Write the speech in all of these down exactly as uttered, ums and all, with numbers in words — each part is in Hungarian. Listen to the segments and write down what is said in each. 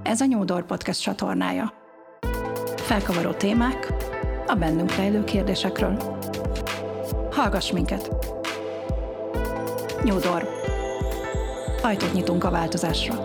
Ez a New Door Podcast csatornája. Felkavaró témák a bennünk rejlő kérdésekről. Hallgass minket! New Door. Ajtót nyitunk a változásra.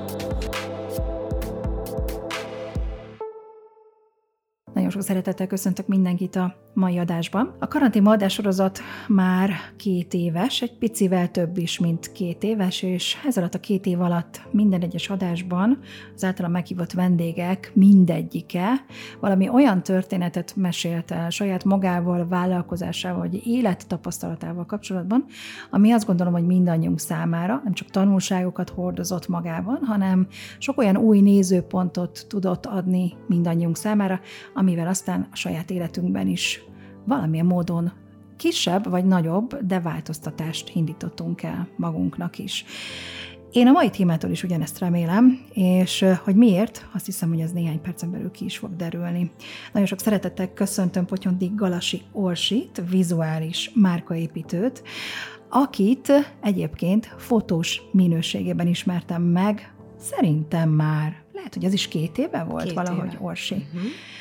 Nagyon sok szeretettel köszöntök mindenkit a mai adásban. A Karanténban adássorozat már két éves, egy picivel több is, mint két éves, és ez alatt a két év alatt minden egyes adásban az általam meghívott vendégek mindegyike valami olyan történetet mesélt el saját magával, vállalkozásával, vagy élettapasztalatával kapcsolatban, ami azt gondolom, hogy mindannyiunk számára nem csak tanulságokat hordozott magában, hanem sok olyan új nézőpontot tudott adni mindannyiunk számára, amivel aztán a saját életünkben is valamilyen módon kisebb vagy nagyobb, de változtatást indítottunk el magunknak is. Én a mai témától is ugyanezt remélem, és hogy miért, azt hiszem, hogy ez néhány percen belül ki is fog derülni. Nagyon sok szeretettel köszöntöm Potyondy Galasi Orsit, vizuális márkaépítőt, akit egyébként fotós minőségében ismertem meg, szerintem már, lehet, hogy az is két éve volt két valahogy éve. Orsi. Uh-huh.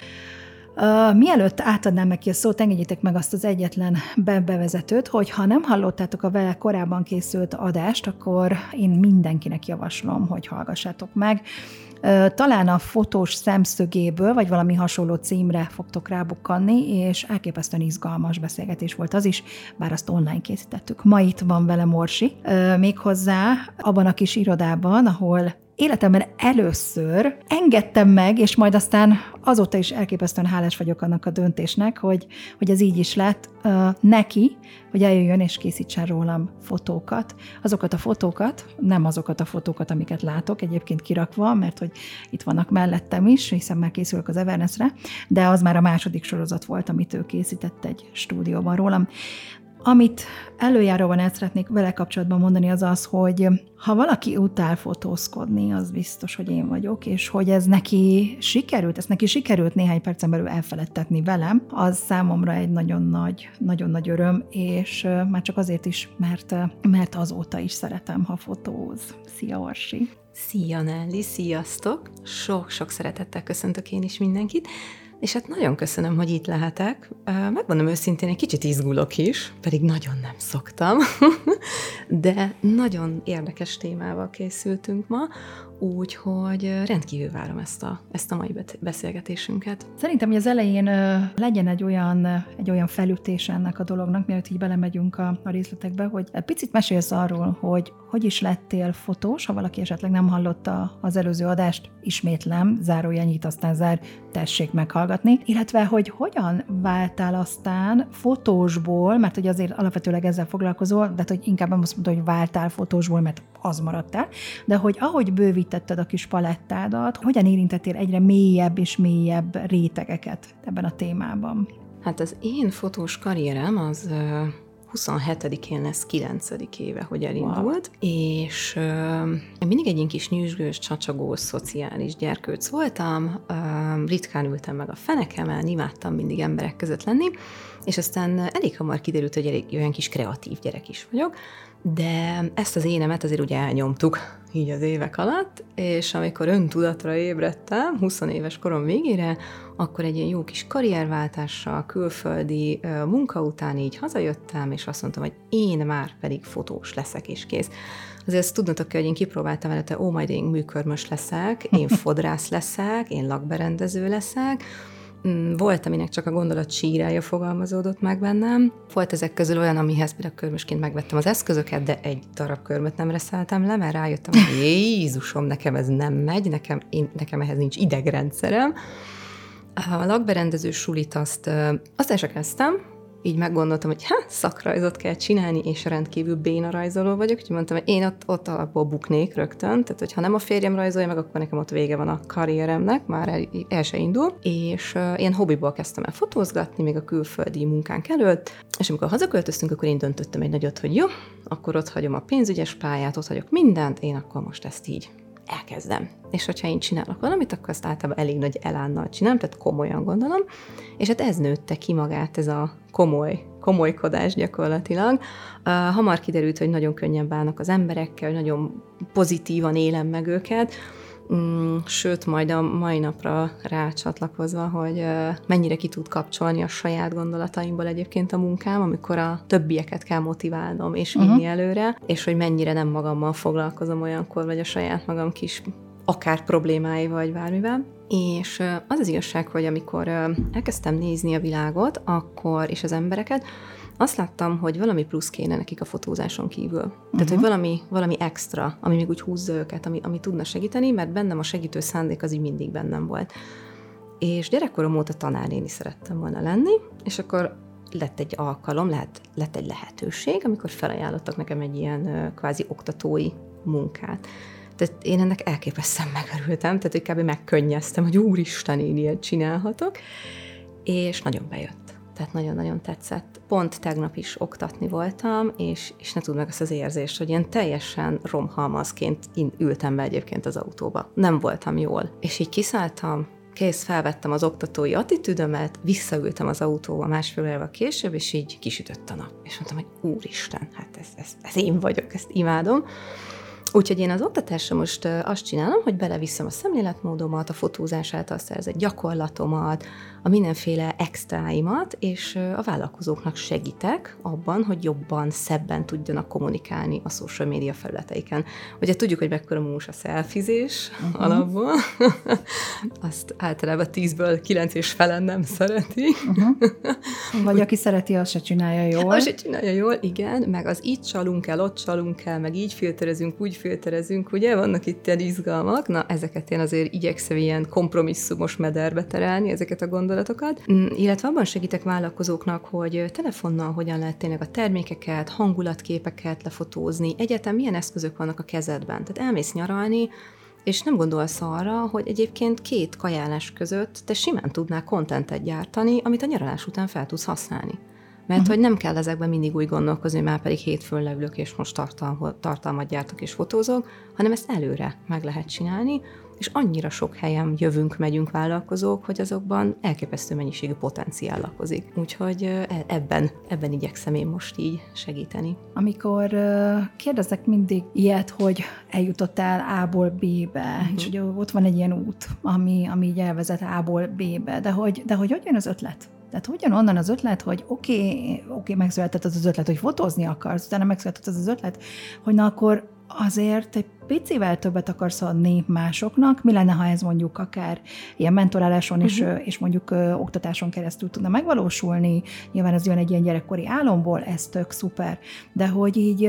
Uh, mielőtt átadnám neki a szót, engedjétek meg azt az egyetlen be- bevezetőt, hogy ha nem hallottátok a vele korábban készült adást, akkor én mindenkinek javaslom, hogy hallgassátok meg. Uh, talán a fotós szemszögéből, vagy valami hasonló címre fogtok rábukkanni, és elképesztően izgalmas beszélgetés volt az is, bár azt online készítettük. Ma itt van velem Orsi, uh, méghozzá abban a kis irodában, ahol életemben először engedtem meg, és majd aztán azóta is elképesztően hálás vagyok annak a döntésnek, hogy, hogy ez így is lett uh, neki, hogy eljöjjön és készítsen rólam fotókat. Azokat a fotókat, nem azokat a fotókat, amiket látok egyébként kirakva, mert hogy itt vannak mellettem is, hiszen már készülök az Evernessre, de az már a második sorozat volt, amit ő készített egy stúdióban rólam. Amit előjáróban el szeretnék vele kapcsolatban mondani, az az, hogy ha valaki utál fotózkodni, az biztos, hogy én vagyok, és hogy ez neki sikerült, ezt neki sikerült néhány percen belül elfeledtetni velem, az számomra egy nagyon nagy, nagyon nagy öröm, és már csak azért is, mert, mert azóta is szeretem, ha fotóz. Szia, Orsi! Szia, Nelly! Sziasztok! Sok-sok szeretettel köszöntök én is mindenkit. És hát nagyon köszönöm, hogy itt lehetek. Megmondom őszintén, egy kicsit izgulok is, pedig nagyon nem szoktam, de nagyon érdekes témával készültünk ma, úgyhogy rendkívül várom ezt a, ezt a mai beszélgetésünket. Szerintem, hogy az elején legyen egy olyan, egy olyan felütés ennek a dolognak, mielőtt így belemegyünk a, a részletekbe, hogy picit mesélsz arról, hogy hogy is lettél fotós, ha valaki esetleg nem hallotta az előző adást, ismétlem, zárójel nyit, aztán zár, tessék meghallgatni, illetve, hogy hogyan váltál aztán fotósból, mert hogy azért alapvetőleg ezzel foglalkozol, de hogy inkább nem azt mondod, hogy váltál fotósból, mert az maradtál, de hogy ahogy bővítetted a kis palettádat, hogyan érintettél egyre mélyebb és mélyebb rétegeket ebben a témában? Hát az én fotós karrierem az huszonhetedikén lesz kilencedik éve, hogy elindult, wow. és uh, mindig egy ilyen kis nyüzsgős, csacsagós, szociális gyerkőc voltam, uh, ritkán ültem meg a fenekemen, imádtam mindig emberek között lenni, és aztán elég hamar kiderült, hogy elég olyan kis kreatív gyerek is vagyok, de ezt az énemet azért ugye elnyomtuk így az évek alatt, és amikor öntudatra ébredtem, húsz éves korom végére, akkor egy ilyen jó kis karrierváltással, külföldi uh, munka után így hazajöttem, és azt mondtam, hogy én már pedig fotós leszek, és kész. Azért ezt tudnotok kell, hogy én kipróbáltam előtte, ó, majd én műkörmös leszek, én fodrász leszek, én lakberendező leszek. Volt, aminek csak a gondolat sírája fogalmazódott meg bennem. Volt ezek közül olyan, amihez például körmösként megvettem az eszközöket, de egy darab körmöt nem reszeltem le, mert rájöttem, hogy Jézusom, nekem ez nem megy, nekem, én, nekem ehhez nincs idegrendszerem. A lakberendező sulit azt, azt el se kezdtem, így meggondoltam, hogy hát szakrajzot kell csinálni, és rendkívül béna rajzoló vagyok, úgyhogy mondtam, hogy én ott, ott alapból buknék rögtön, tehát hogyha nem a férjem rajzolja meg, akkor nekem ott vége van a karrieremnek, már el, el se indul, és uh, én hobbiból kezdtem el fotózgatni, még a külföldi munkánk előtt, és amikor hazaköltöztünk, akkor én döntöttem egy nagyot, hogy jó, akkor ott hagyom a pénzügyes pályát, ott hagyok mindent, én akkor most ezt így elkezdem. És hogyha én csinálok valamit, akkor azt általában elég nagy elánnal csinálom, tehát komolyan gondolom, és hát ez nőtte ki magát, ez a komoly, komolykodás gyakorlatilag. Uh, hamar kiderült, hogy nagyon könnyen bánnak az emberekkel, hogy nagyon pozitívan élem meg őket, Mm, sőt, majd a mai napra rácsatlakozva, hogy mennyire ki tud kapcsolni a saját gondolataimból egyébként a munkám, amikor a többieket kell motiválnom és vinni uh-huh. előre, és hogy mennyire nem magammal foglalkozom olyankor, vagy a saját magam kis akár problémáival, vagy bármivel. És az az igazság, hogy amikor elkezdtem nézni a világot, akkor, és az embereket, azt láttam, hogy valami plusz kéne nekik a fotózáson kívül. Uh-huh. Tehát, hogy valami, valami extra, ami még úgy húzza őket, ami, ami tudna segíteni, mert bennem a segítő szándék az így mindig bennem volt. És gyerekkorom óta tanárnéni szerettem volna lenni, és akkor lett egy alkalom, lehet, lett egy lehetőség, amikor felajánlottak nekem egy ilyen kvázi oktatói munkát. Tehát én ennek elképesztően megörültem, tehát hogy kb. Megkönnyeztem, hogy úristen, én ilyet csinálhatok, és nagyon bejött. Tehát nagyon-nagyon tetszett. Pont tegnap is oktatni voltam, és, és ne tudd meg azt az érzést, hogy ilyen teljesen romhalmazként ültem be egyébként az autóba. Nem voltam jól. És így kiszálltam, kész, felvettem az oktatói attitűdömet, visszaültem az autóba másfél évvel később, és így kisütött a nap. És mondtam, hogy úristen, hát ez, ez, ez én vagyok, ezt imádom. Úgyhogy én az oktatásra most azt csinálom, hogy beleviszem a szemléletmódomat, a fotózás által szerzett gyakorlatomat, a mindenféle extráimat, és a vállalkozóknak segítek abban, hogy jobban, szebben tudjanak kommunikálni a social media felületeiken. Ugye tudjuk, hogy mekkora mús a szelfizés uh-huh. alapból. Azt általában tízből kilenc és felen nem szereti. Uh-huh. Vagy aki szereti, azt se csinálja jól. Azt se csinálja jól, igen, meg az így csalunk el, ott csalunk el, meg így filterezünk, úgy filterezünk, ugye, vannak itt ilyen izgalmak, na ezeket én azért igyekszem ilyen kompromisszumos mederbe terelni, ezeket a gondolatokat, mm, illetve abban segítek vállalkozóknak, hogy telefonnal hogyan lehet tényleg a termékeket, hangulatképeket lefotózni, egyetem milyen eszközök vannak a kezedben. Tehát elmész nyaralni, és nem gondolsz arra, hogy egyébként két kajálás között te simán tudnál kontentet gyártani, amit a nyaralás után fel tudsz használni. Mert uh-huh. hogy nem kell ezekben mindig úgy gondolkozni, hogy már pedig hétfőn leülök, és most tartal, tartalmat gyártok és fotózok, hanem ezt előre meg lehet csinálni, és annyira sok helyen jövünk, megyünk vállalkozók, hogy azokban elképesztő mennyiségű potenciál lakozik. Úgyhogy ebben, ebben igyekszem én most így segíteni. Amikor uh, kérdezek mindig ilyet, hogy eljutottál A-ból B-be, uh-huh. és ugye ott van egy ilyen út, ami, ami így elvezet A-ból B-be, de hogy, de hogy hogy jön az ötlet? Tehát hogyan onnan az ötlet, hogy oké, okay, oké, okay, megszületett az az ötlet, hogy fotózni akarsz, utána megszületett az az ötlet, hogy na akkor azért egy picivel többet akarsz adni másoknak, mi lenne, ha ez mondjuk akár ilyen mentoráláson uh-huh. és, és mondjuk ö, oktatáson keresztül tudna megvalósulni, nyilván ez jön egy ilyen gyerekkori álomból, ez tök szuper, de hogy így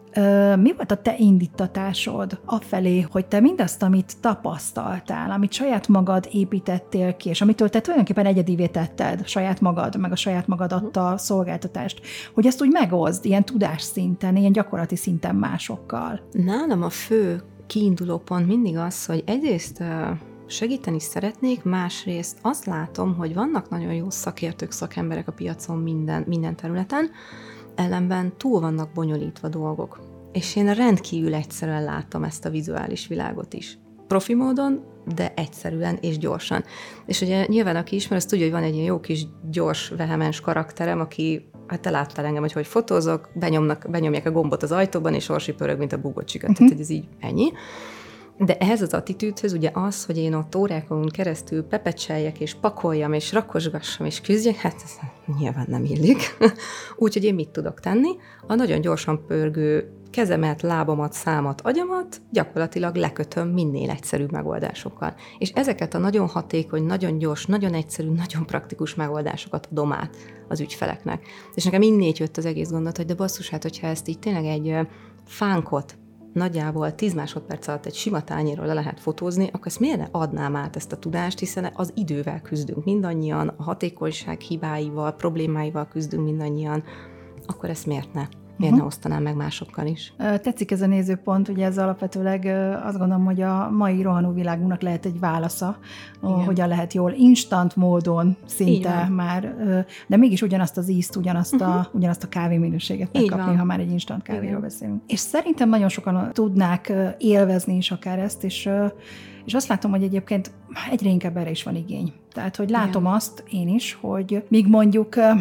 mi volt a te indítatásod afelé, hogy te mindazt, amit tapasztaltál, amit saját magad építettél ki, és amitől te tulajdonképpen egyedivé tetted saját magad, meg a saját magad adta szolgáltatást, hogy ezt úgy megoszd ilyen tudásszinten, ilyen gyakorlati szinten másokkal? Nálam a fő kiinduló pont mindig az, hogy egyrészt segíteni szeretnék, másrészt azt látom, hogy vannak nagyon jó szakértők, szakemberek a piacon minden, minden területen, ellenben túl vannak bonyolítva dolgok. És én rendkívül egyszerűen látom ezt a vizuális világot is. Profi módon, de egyszerűen és gyorsan. És ugye nyilván aki ismer, az tudja, hogy van egy ilyen jó kis gyors, vehemens karakterem, aki, hát te láttál engem, hogy hogy fotózok, benyomnak, benyomják a gombot az ajtóban, és orsi pörög, mint a búgott csiga. Uh-huh. Tehát ez így ennyi. De ehhez az attitűdhöz ugye az, hogy én ott órákon keresztül pepecseljek, és pakoljam, és rakosgassam, és küzdjek, hát ez nyilván nem illik. Úgyhogy én mit tudok tenni? A nagyon gyorsan pörgő kezemet, lábamat, számat, agyamat gyakorlatilag lekötöm minél egyszerűbb megoldásokkal. És ezeket a nagyon hatékony, nagyon gyors, nagyon egyszerű, nagyon praktikus megoldásokat adom át az ügyfeleknek. És nekem innét jött az egész gondolat, hogy de basszus, hát hogyha ezt így tényleg egy fánkot nagyjából tíz másodperc alatt egy sima tányérról le lehet fotózni, akkor ezt miért ne adnám át ezt a tudást, hiszen az idővel küzdünk mindannyian, a hatékonyság hibáival, problémáival küzdünk mindannyian, akkor ezt miért ne? Miért uh-huh. ne osztanám meg másokkal is? Tetszik ez a nézőpont, ugye ez alapvetőleg azt gondolom, hogy a mai rohanó világunknak lehet egy válasza, igen. hogyan lehet jól instant módon szinte már, de mégis ugyanazt az ízt, ugyanazt, uh-huh. a, ugyanazt a kávé minőséget megkapni, ha már egy instant kávéról igen. beszélünk. És szerintem nagyon sokan tudnák élvezni is akár ezt, és, és azt látom, hogy egyébként egyre inkább erre is van igény. Tehát, hogy látom igen. azt én is, hogy míg mondjuk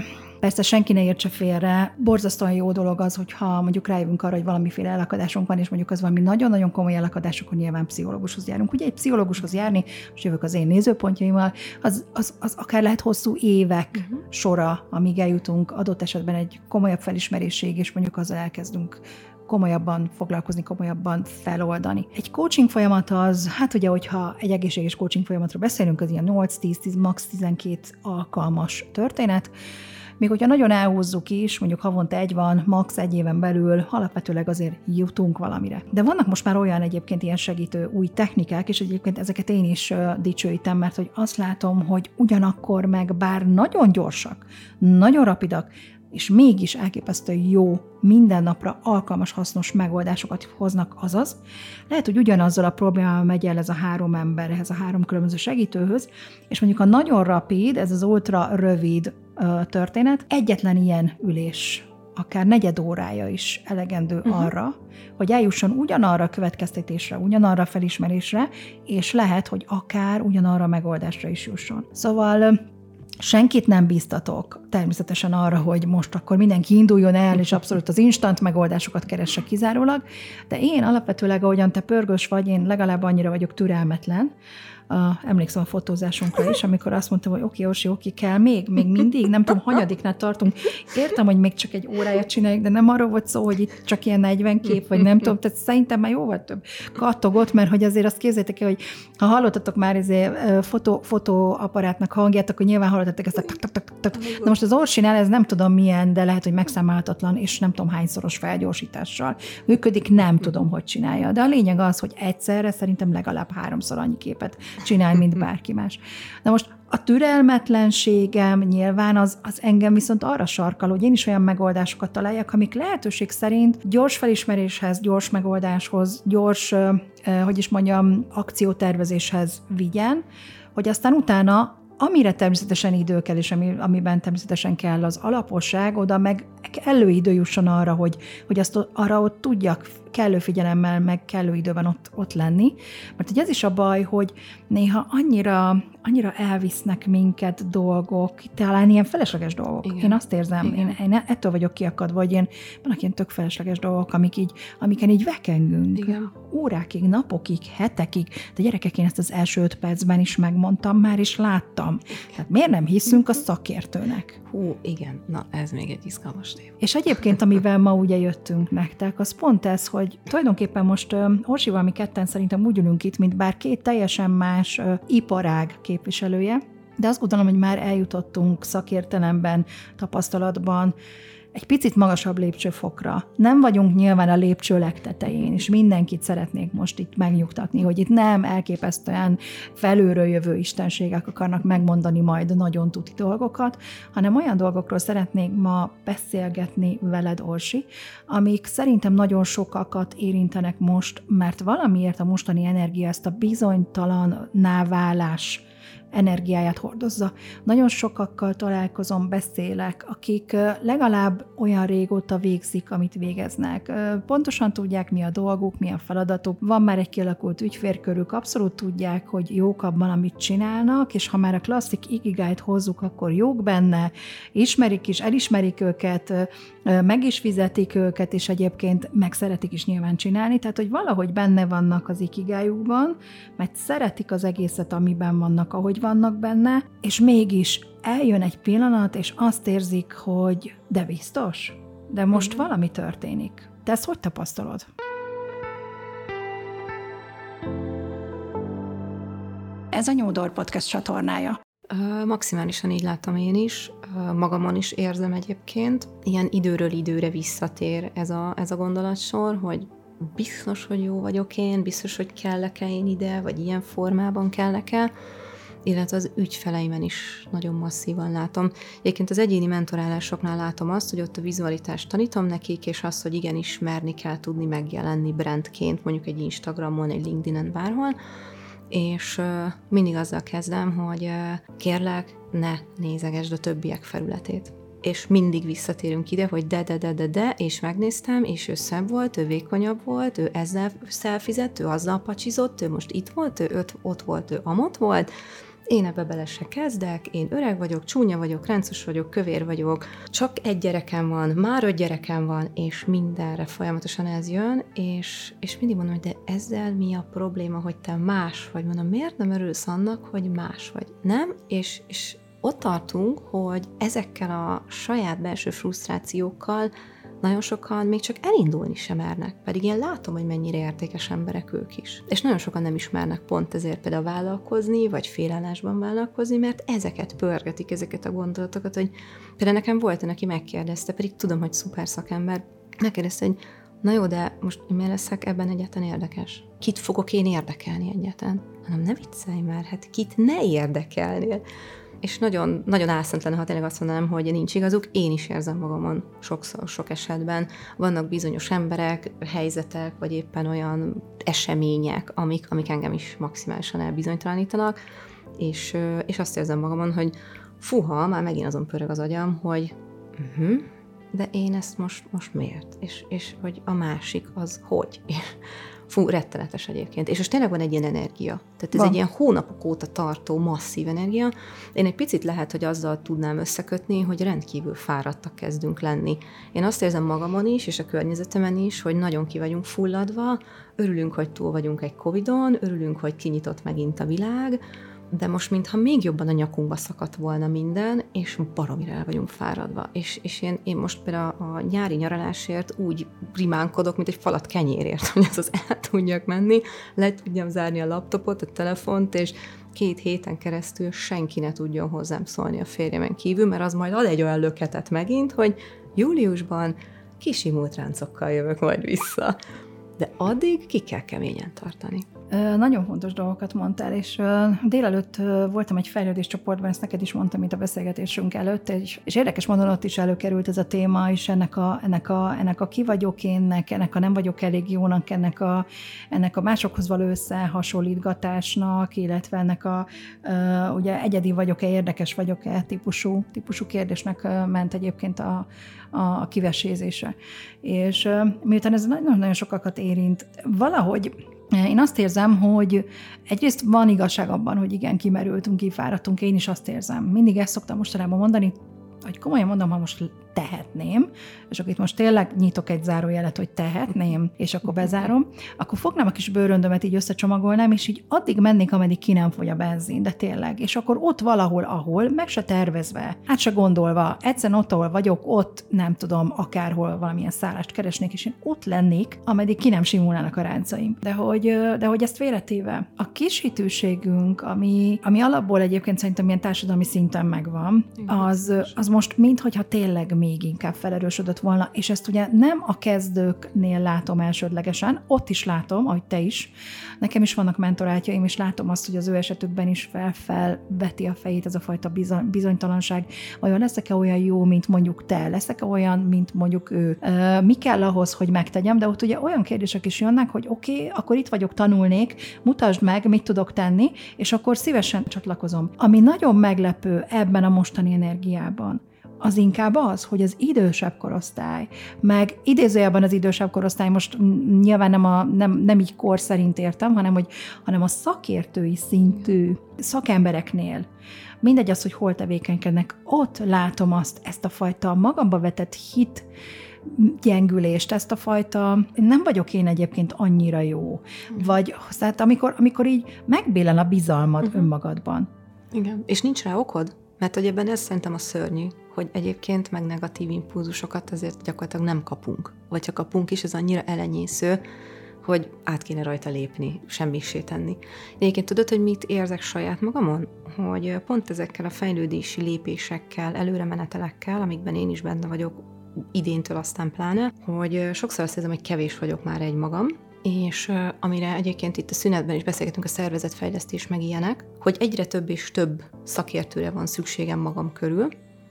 Persze senki ne értse félre, borzasztóan jó dolog az, hogyha mondjuk rájövünk arra, hogy valamiféle elakadásunk van, és mondjuk az valami nagyon-nagyon komoly elakadás, akkor nyilván pszichológushoz járunk. Ugye egy pszichológushoz járni, most jövök az én nézőpontjaimmal, az, az, az akár lehet hosszú évek uh-huh. sora, amíg eljutunk adott esetben egy komolyabb felismerésig, és mondjuk azzal elkezdünk komolyabban foglalkozni, komolyabban feloldani. Egy coaching folyamat az, hát ugye, hogyha egy egészséges coaching folyamatról beszélünk, az ilyen nyolc-tíz, max. tizenkét alkalmas történet. Még hogyha nagyon elhúzzuk is, mondjuk havonta egy van, max. egy éven belül, alapvetőleg azért jutunk valamire. De vannak most már olyan egyébként ilyen segítő új technikák, és egyébként ezeket én is uh, dicsőítem, mert hogy azt látom, hogy ugyanakkor meg bár nagyon gyorsak, nagyon rapidak, és mégis elképesztő jó, minden napra alkalmas, hasznos megoldásokat hoznak, azaz. Lehet, hogy ugyanazzal a problémával megy el ez a három ember, ez a három különböző segítőhöz, és mondjuk a nagyon rapid, ez az ultra rövid uh, történet, egyetlen ilyen ülés, akár negyed órája is elegendő uh-huh. arra, hogy eljusson ugyanarra a következtetésre, ugyanarra a felismerésre, és lehet, hogy akár ugyanarra a megoldásra is jusson. Szóval senkit nem bíztatok természetesen arra, hogy most akkor mindenki induljon el, és abszolút az instant megoldásokat keresse kizárólag, de én alapvetőleg, ahogyan te pörgős vagy, én legalább annyira vagyok türelmetlen. Uh, emlékszem a fotózásunkra is, amikor azt mondtam, hogy oké, Orsi, oké, kell még, még mindig, nem tudom, hanyadiknál tartunk. Értem, hogy még csak egy óráját csináljuk, de nem arról volt szó, hogy itt csak ilyen negyven kép, vagy nem tudom, tehát szerintem már jóval több kattogott, mert hogy azért azt képzeljétek el, hogy ha hallottatok már ezért fotó, fotóapparátnak hangját, akkor nyilván hallottatok ezt a tak, tak, tak, tak. De most az Orsinál ez nem tudom milyen, de lehet, hogy megszámálhatatlan, és nem tudom hányszoros felgyorsítással működik, nem tudom, hogy csinálja. De a lényeg az, hogy egyszerre szerintem legalább háromszor annyi képet csinálj, mint bárki más. Na most a türelmetlenségem nyilván az, az engem viszont arra sarkal, hogy én is olyan megoldásokat találjak, amik lehetőség szerint gyors felismeréshez, gyors megoldáshoz, gyors, hogy is mondjam, akciótervezéshez vigyen, hogy aztán utána, amire természetesen idő kell, és ami, amiben természetesen kell az alaposság, oda meg kellő idő jusson arra, hogy, hogy azt arra ott tudjak kellő figyelemmel, meg kellő időben ott, ott lenni. Mert ugye ez is a baj, hogy néha annyira, annyira elvisznek minket dolgok, talán ilyen felesleges dolgok. Igen. Én azt érzem, én, én ettől vagyok kiakadva, hogy én, vannak ilyen tök felesleges dolgok, amik így, amiken így vekengünk. Igen. Órákig, napokig, hetekig, de gyerekek, én ezt az első öt percben is megmondtam már, és láttam. Tehát miért nem hiszünk a szakértőnek? Hú, igen. Na, ez még egy izgalmas téma. És egyébként, amivel ma ugye jöttünk nektek, az pont ez, hogy tulajdonképpen most uh, Orsival mi ketten szerintem úgy ülünk itt, mint bár két teljesen más uh, iparág képviselője, de azt gondolom, hogy már eljutottunk szakértelemben, tapasztalatban egy picit magasabb lépcsőfokra. Nem vagyunk nyilván a lépcső legtetején, és mindenkit szeretnék most itt megnyugtatni, hogy itt nem elképesztően felülről jövő istenségek akarnak megmondani majd nagyon tuti dolgokat, hanem olyan dolgokról szeretnék ma beszélgetni veled, Orsi, amik szerintem nagyon sokakat érintenek most, mert valamiért a mostani energia ezt a bizonytalanná válás energiáját hordozza. Nagyon sokakkal találkozom, beszélek, akik legalább olyan régóta végzik, amit végeznek. Pontosan tudják, mi a dolguk, mi a feladatuk. Van már egy kialakult ügyfélkörük, abszolút tudják, hogy jók abban, amit csinálnak, és ha már a klasszik ikigáit hozzuk, akkor jók benne, ismerik is, elismerik őket, meg is fizetik őket, és egyébként meg szeretik is nyilván csinálni, tehát hogy valahogy benne vannak az ikigájukban, mert szeretik az egészet, amiben vannak, ahogy vannak benne, és mégis eljön egy pillanat, és azt érzik, hogy de biztos, de most mm-hmm. valami történik. Te ezt hogy tapasztalod? Ez a New Door Podcast csatornája. Maximálisan így láttam én is, magamon is érzem egyébként. Ilyen időről időre visszatér ez a, ez a gondolatsor, hogy biztos, hogy jó vagyok én, biztos, hogy kellek-e én ide, vagy ilyen formában kellek-e, illetve az ügyfeleimen is nagyon masszívan látom. Egyébként az egyéni mentorálásoknál látom azt, hogy ott a vizualitást tanítom nekik, és azt, hogy igen, ismerni kell tudni megjelenni brandként, mondjuk egy Instagramon, egy LinkedIn-en, bárhol, és uh, mindig azzal kezdem, hogy uh, kérlek, ne nézegesd a többiek felületét. És mindig visszatérünk ide, hogy de, de, de, de, de, és megnéztem, és ő szebb volt, ő vékonyabb volt, ő ezzel szelfizett, ő azzal pacsizott, ő most itt volt, ő ott, ott volt, ő amott volt, én ebbe bele se kezdek, én öreg vagyok, csúnya vagyok, ráncos vagyok, kövér vagyok, csak egy gyerekem van, már öt gyerekem van, és mindenre folyamatosan ez jön, és, és mindig mondom, hogy de ezzel mi a probléma, hogy te más vagy? Mondom, miért nem örülsz annak, hogy más vagy? Nem? És, és ott tartunk, hogy ezekkel a saját belső frusztrációkkal nagyon sokan még csak elindulni sem mernek, pedig én látom, hogy mennyire értékes emberek ők is. És nagyon sokan nem ismernek pont ezért például vállalkozni, vagy félállásban vállalkozni, mert ezeket pörgetik, ezeket a gondolatokat, hogy például nekem volt, aki megkérdezte, pedig tudom, hogy szuper szakember, megkérdezte, hogy na jó, de most miért leszek ebben egyáltalán érdekes? Kit fogok én érdekelni egyáltalán? Hanem ne viccelj már, hát kit ne érdekelnél? És nagyon, nagyon álszent lenne, ha tényleg azt mondanám, hogy nincs igazuk, én is érzem magamon sokszor, sok esetben. Vannak bizonyos emberek, helyzetek, vagy éppen olyan események, amik, amik engem is maximálisan elbizonytalanítanak, és, és azt érzem magamon, hogy fuha, már megint azon pörög az agyam, hogy uh-huh, de én ezt most, most miért? És, és hogy a másik az hogy? Fú, rettenetes egyébként. És most tényleg van egy ilyen energia. Tehát ez van. Egy ilyen hónapok óta tartó masszív energia. Én egy picit lehet, hogy azzal tudnám összekötni, hogy rendkívül fáradtak kezdünk lenni. Én azt érzem magamon is, és a környezetemen is, hogy nagyon ki vagyunk fulladva, örülünk, hogy túl vagyunk egy Covidon, örülünk, hogy kinyitott megint a világ, de most mintha még jobban a nyakunkba szakadt volna minden, és baromira el vagyunk fáradva. És, és én, én most például a nyári nyaralásért úgy rimánkodok, mint egy falat kenyérért, hogy az, az el tudjak menni, le tudjam zárni a laptopot, a telefont, és két héten keresztül senki ne tudjon hozzám szólni a férjemen kívül, mert az majd ad egy olyan löketet megint, hogy júliusban kisimult ráncokkal jövök majd vissza. De addig ki kell keményen tartani. Nagyon fontos dolgokat mondtál, és délelőtt voltam egy fejlődés csoportban, ezt neked is mondtam itt a beszélgetésünk előtt, és, és érdekes módon ott is előkerült ez a téma, és ennek a, ennek a, ennek a ki vagyok énnek, ennek a nem vagyok elég jónak, ennek a, ennek a másokhoz való összehasonlítgatásnak, illetve ennek a ugye egyedi vagyok-e, érdekes vagyok-e típusú, típusú kérdésnek ment egyébként a, a, a kivesézése. És miután ez nagyon-nagyon sokakat érint, valahogy én azt érzem, hogy egyrészt van igazság abban, hogy igen, kimerültünk, kifáradtunk, én is azt érzem. Mindig ezt szoktam mostanában mondani, hogy komolyan mondom, ha most tehetném, és akkor itt most tényleg nyitok egy zárójelet, hogy tehetném, és akkor bezárom, akkor fognám a kis bőröndömet, így összecsomagolnám, és így addig mennék, ameddig ki nem fogy a benzin, de tényleg. És akkor ott valahol, ahol, meg se tervezve, át se gondolva, egyszerűen ott, ahol vagyok, ott nem tudom, akárhol valamilyen szállást keresnék, és én ott lennék, ameddig ki nem simulnának a ráncaim. De hogy, de hogy ezt félretéve, a kis hitűségünk, ami, ami alapból egyébként szerintem ilyen társadalmi szinten megvan, az, az most minthogyha tényleg még inkább felerősödött volna, és ezt ugye nem a kezdőknél látom elsődlegesen, ott is látom, ahogy te is. Nekem is vannak mentorátjaim, és látom azt, hogy az ő esetükben is fel-felveti a fejét ez a fajta bizony, bizonytalanság. Vajon leszek-e olyan jó, mint mondjuk te? Leszek-e olyan, mint mondjuk ő? Mi kell ahhoz, hogy megtegyem? De ott ugye olyan kérdések is jönnek, hogy oké, okay, akkor itt vagyok, tanulnék, mutasd meg, mit tudok tenni, és akkor szívesen csatlakozom. Ami nagyon meglepő ebben a mostani energiában, az inkább az, hogy az idősebb korosztály, meg idézőjelben az idősebb korosztály, most nyilván nem, a, nem, nem így kor szerint értem, hanem, hogy, hanem a szakértői szintű szakembereknél, mindegy az, hogy hol tevékenykednek, ott látom azt, ezt a fajta magamba vetett hit gyengülést, ezt a fajta, nem vagyok én egyébként annyira jó, vagy tehát amikor, amikor így megbélen a bizalmad uh-huh. önmagadban. Igen, és nincs rá okod? Mert hogy ebben ez szerintem a szörnyű, hogy egyébként meg negatív impulzusokat azért gyakorlatilag nem kapunk. Vagy ha kapunk is, ez annyira elenyésző, hogy át kéne rajta lépni, semmissé tenni. Egyébként tudod, hogy mit érzek saját magamon? Hogy pont ezekkel a fejlődési lépésekkel, előremenetelekkel, amikben én is benne vagyok, idéntől aztán pláne, hogy sokszor azt érzem, hogy kevés vagyok már egymagam, és uh, amire egyébként itt a szünetben is beszélgetünk a szervezetfejlesztés meg ilyenek, hogy egyre több és több szakértőre van szükségem magam körül,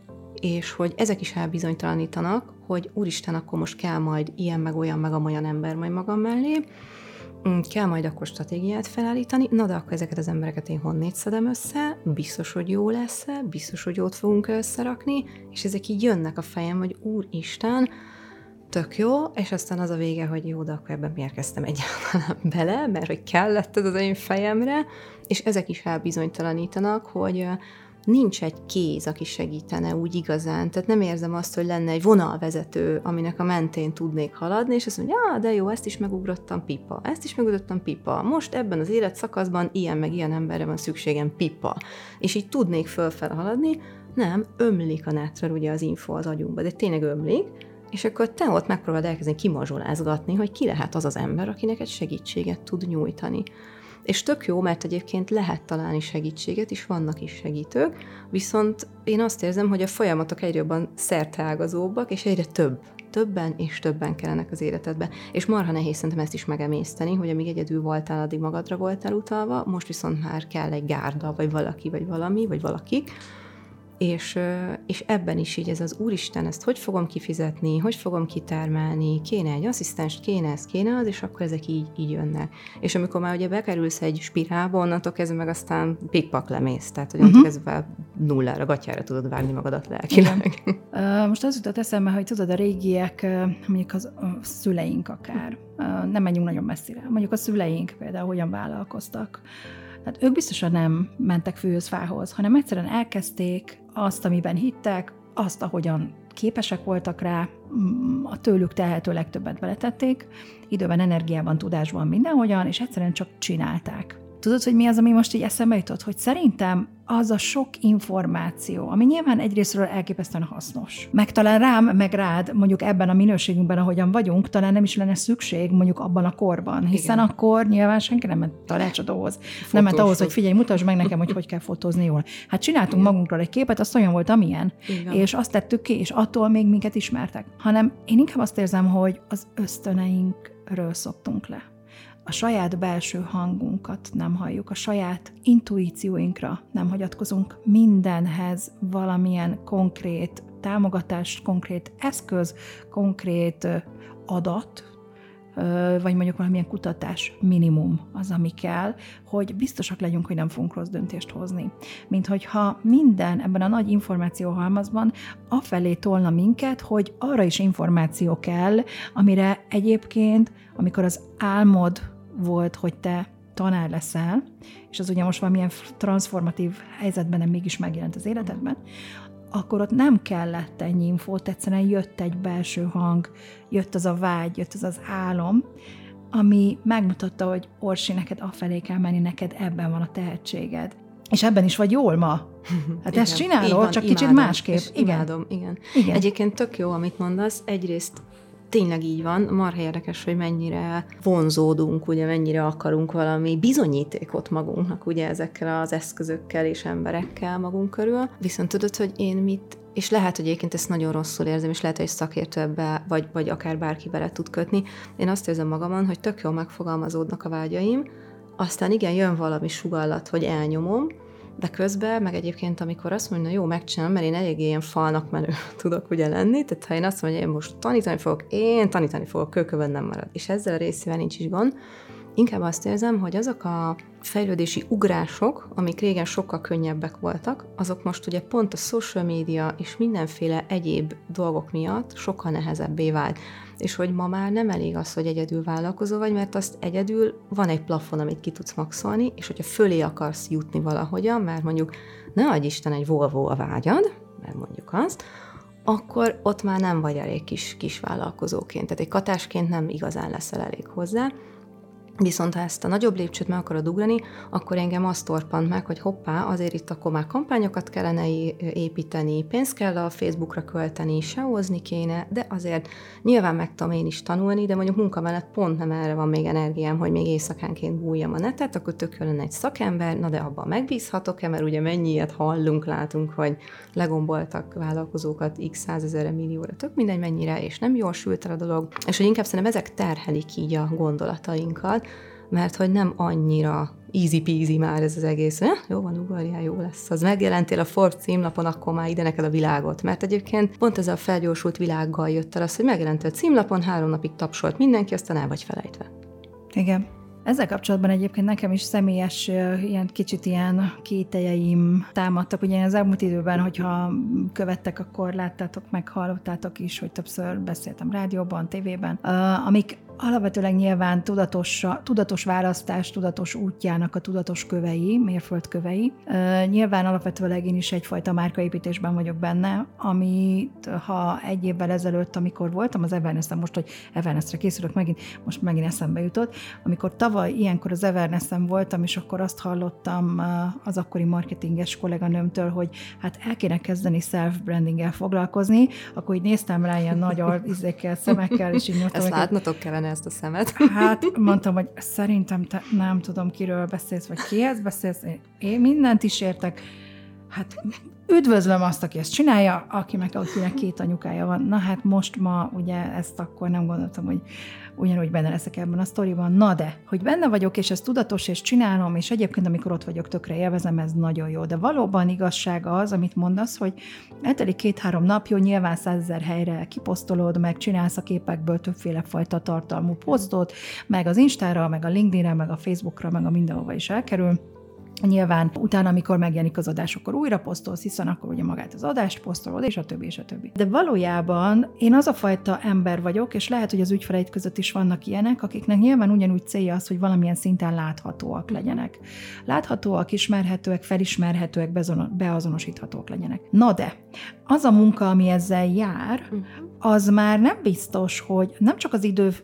és hogy ezek is elbizonytalanítanak, hogy úristen, akkor most kell majd ilyen, meg olyan, meg amolyan ember majd magam mellé, kell majd akkor stratégiát felállítani, na de akkor ezeket az embereket én honnét szedem össze, biztos, hogy jó lesz, biztos, hogy jót fogunk összerakni, és ezek így jönnek a fejem, hogy úristen, tök jó, és aztán az a vége, hogy jó, de akkor ebben miért kezdtem egyáltalán bele, mert hogy kellett ez az én fejemre, és ezek is elbizonytalanítanak, hogy nincs egy kéz, aki segítene úgy igazán, tehát nem érzem azt, hogy lenne egy vonalvezető, aminek a mentén tudnék haladni, és azt mondja, ja, de jó, ezt is megugrottam, pipa, ezt is megugrottam, pipa, most ebben az életszakaszban ilyen meg ilyen emberre van szükségem, pipa, és így tudnék fölfele haladni, nem, ömlik a netről ugye az info az agyunkba, de tényleg ömlik, és akkor te ott megpróbáld elkezdeni kimazsolázgatni, hogy ki lehet az az ember, akinek egy segítséget tud nyújtani. És tök jó, mert egyébként lehet találni segítséget, és vannak is segítők, viszont én azt érzem, hogy a folyamatok egyre jobban szerteágazóbbak, és egyre több. Többen és többen kellenek az életedbe. És marha nehéz szerintem ezt is megemészteni, hogy amíg egyedül voltál, addig magadra voltál utalva, most viszont már kell egy gárda, vagy valaki, vagy valami, vagy valakik, És, és ebben is így ez az úristen, ezt hogy fogom kifizetni, hogy fogom kitermelni, kéne egy asszisztens, kéne ez, kéne az, és akkor ezek így, így jönnek. És amikor már ugye bekerülsz egy spirálba, onnantól kezdve meg aztán pikpak lemész, tehát hogy onnantól uh-huh. kezdve nullára, gatyára tudod vágni magadat lelkileg. Uh, most az jutott eszembe, hogy tudod, a régiek, mondjuk az, a szüleink akár, uh, nem menjünk nagyon messzire, mondjuk a szüleink például hogyan vállalkoztak. Tehát ők biztosan nem mentek fűhöz, fához, hanem egyszerűen elkezdték azt, amiben hittek, azt, ahogyan képesek voltak rá, a tőlük telhető legtöbbet beletették, időben, energiában, tudásban, mindenhogyan, és egyszerűen csak csinálták. Tudod, hogy mi az, ami most így eszembe jutott? Hogy szerintem az a sok információ, ami nyilván egyrésztről elképesztően hasznos. Meg talán rám, meg rád, mondjuk ebben a minőségünkben, ahogyan vagyunk, talán nem is lenne szükség mondjuk abban a korban, hiszen igen. Akkor nyilván senki nem ment tanácsadóhoz. Nem ment ahhoz, hogy figyelj, mutasd meg nekem, hogy hogy kell fotózni jól. Hát csináltunk igen. magunkról egy képet, azt olyan volt, amilyen, igen. és azt tettük ki, és attól még minket ismertek. Hanem én inkább azt érzem, hogy az ösztöneinkről szoktunk le. A saját belső hangunkat nem halljuk, a saját intuícióinkra nem hagyatkozunk, mindenhez valamilyen konkrét támogatás, konkrét eszköz, konkrét adat, vagy mondjuk valamilyen kutatás minimum az, ami kell, hogy biztosak legyünk, hogy nem fogunk rossz döntést hozni. Mint hogyha minden ebben a nagy információhalmazban afelé tolna minket, hogy arra is információ kell, amire egyébként, amikor az álmod volt, hogy te tanár leszel, és az ugye most valamilyen transformatív helyzetben nem mégis megjelent az életedben, akkor ott nem kellett ennyi infót, egyszerűen jött egy belső hang, jött az a vágy, jött az az álom, ami megmutatta, hogy Orsi, neked afelé kell menni, neked ebben van a tehetséged. És ebben is vagy jól ma. Hát ezt csinálod, van, csak imádom, kicsit másképp. Igen. Imádom, igen. igen. Egyébként tök jó, amit mondasz. Egyrészt tényleg így van, marha érdekes, hogy mennyire vonzódunk, ugye mennyire akarunk valami bizonyítékot magunknak, ugye ezekkel az eszközökkel és emberekkel magunk körül. Viszont tudod, hogy én mit, és lehet, hogy egyébként ezt nagyon rosszul érzem, és lehet, hogy egy szakértő ebbe, vagy, vagy akár bárki bele tud kötni. Én azt érzem magamon, hogy tök jól megfogalmazódnak a vágyaim, aztán igen, jön valami sugallat, hogy elnyomom, de közben, meg egyébként, amikor azt mondja, jó, megcsinálom, mert én eléggé ilyen falnak menő tudok ugye lenni, tehát ha én azt mondom, hogy én most tanítani fogok, én tanítani fogok, kőkövön nem marad. És ezzel a részével nincs is gond. Inkább azt érzem, hogy azok a fejlődési ugrások, amik régen sokkal könnyebbek voltak, azok most ugye pont a social media és mindenféle egyéb dolgok miatt sokkal nehezebbé vált. És hogy ma már nem elég az, hogy egyedül vállalkozó vagy, mert azt egyedül van egy plafon, amit ki tudsz maxolni, és hogyha fölé akarsz jutni valahogyan, mert mondjuk ne adj Isten egy Volvo a vágyad, mert mondjuk azt, akkor ott már nem vagy elég kis, kis vállalkozóként. Tehát egy katásként nem igazán leszel elég hozzá. Viszont ha ezt a nagyobb lépcsőt meg akarod ugrani, akkor engem azt torpant meg, hogy hoppá, azért itt akkor már kampányokat kellene építeni, pénzt kell a Facebookra költeni, sehozni kéne, de azért nyilván meg tudom én is tanulni, de mondjuk munka mellett pont nem erre van még energiám, hogy még éjszakánként bújjam a netet, akkor tök jön egy szakember, na de abban megbízhatok-e, mert ugye mennyi ilyet hallunk, látunk, hogy legomboltak vállalkozókat x százezerre, millióra, tök mindegy mennyire, és nem jól sült el a dolog, és hogy inkább szerintem ezek terhelik így a gondolatainkat, mert hogy nem annyira easy peasy már ez az egész, eh, jó van, ugorjál, jó lesz. Az megjelentél a Forbes címlapon, akkor már ide neked a világot. Mert egyébként pont ez a felgyorsult világgal jött el az, hogy megjelentél a címlapon, három napig tapsolt mindenki, aztán el vagy felejtve. Igen. Ezzel kapcsolatban egyébként nekem is személyes, ilyen kicsit ilyen kételjeim támadtak. Ugye az elmúlt időben, hogyha követtek, akkor láttátok, meg hallottátok is, hogy többször beszéltem rádióban, tévében, amik alapvetőleg nyilván tudatos, tudatos választás, tudatos útjának a tudatos kövei, mérföldkövei. Uh, nyilván alapvetőleg én is egyfajta márkaépítésben vagyok benne, amit ha egy évvel ezelőtt, amikor voltam az Evernessen, most, hogy Evernestre készülök megint, most megint eszembe jutott, amikor tavaly ilyenkor az Evernessen voltam, és akkor azt hallottam uh, az akkori marketinges kolléganőmtől, hogy hát el kéne kezdeni self-brandinggel foglalkozni, akkor így néztem rá ilyen nagy izékkel, szemekkel, és így mondtam, ezt látnotok kellene, ezt a szemet. Hát mondtam, hogy szerintem te nem tudom, kiről beszélsz, vagy kihez beszélsz, én mindent is értek. Hát üdvözlöm azt, aki ezt csinálja, aki meg akinek két anyukája van. Na hát most ma ugye ezt akkor nem gondoltam, hogy ugyanúgy benne leszek ebben a sztoriban. Na de, hogy benne vagyok, és ez tudatos, és csinálom, és egyébként amikor ott vagyok, tökre élvezem, ez nagyon jó. De valóban igazság az, amit mondasz, hogy eltelik két-három nap, jó, nyilván százezer helyre kiposztolod, meg csinálsz a képekből többféle fajta tartalmú posztot, meg az Instára, meg a LinkedInre, meg a Facebookra, meg a mindenhova is elkerül. Nyilván utána, amikor megjelenik az adás, akkor újra posztolsz, hiszen akkor ugye magát az adást posztolod, és a többi, és a többi. De valójában én az a fajta ember vagyok, és lehet, hogy az ügyfeleid között is vannak ilyenek, akiknek nyilván ugyanúgy célja az, hogy valamilyen szinten láthatóak legyenek. Láthatóak, ismerhetőek, felismerhetőek, beazonosíthatóak legyenek. Na de, az a munka, ami ezzel jár, az már nem biztos, hogy nem csak az idő,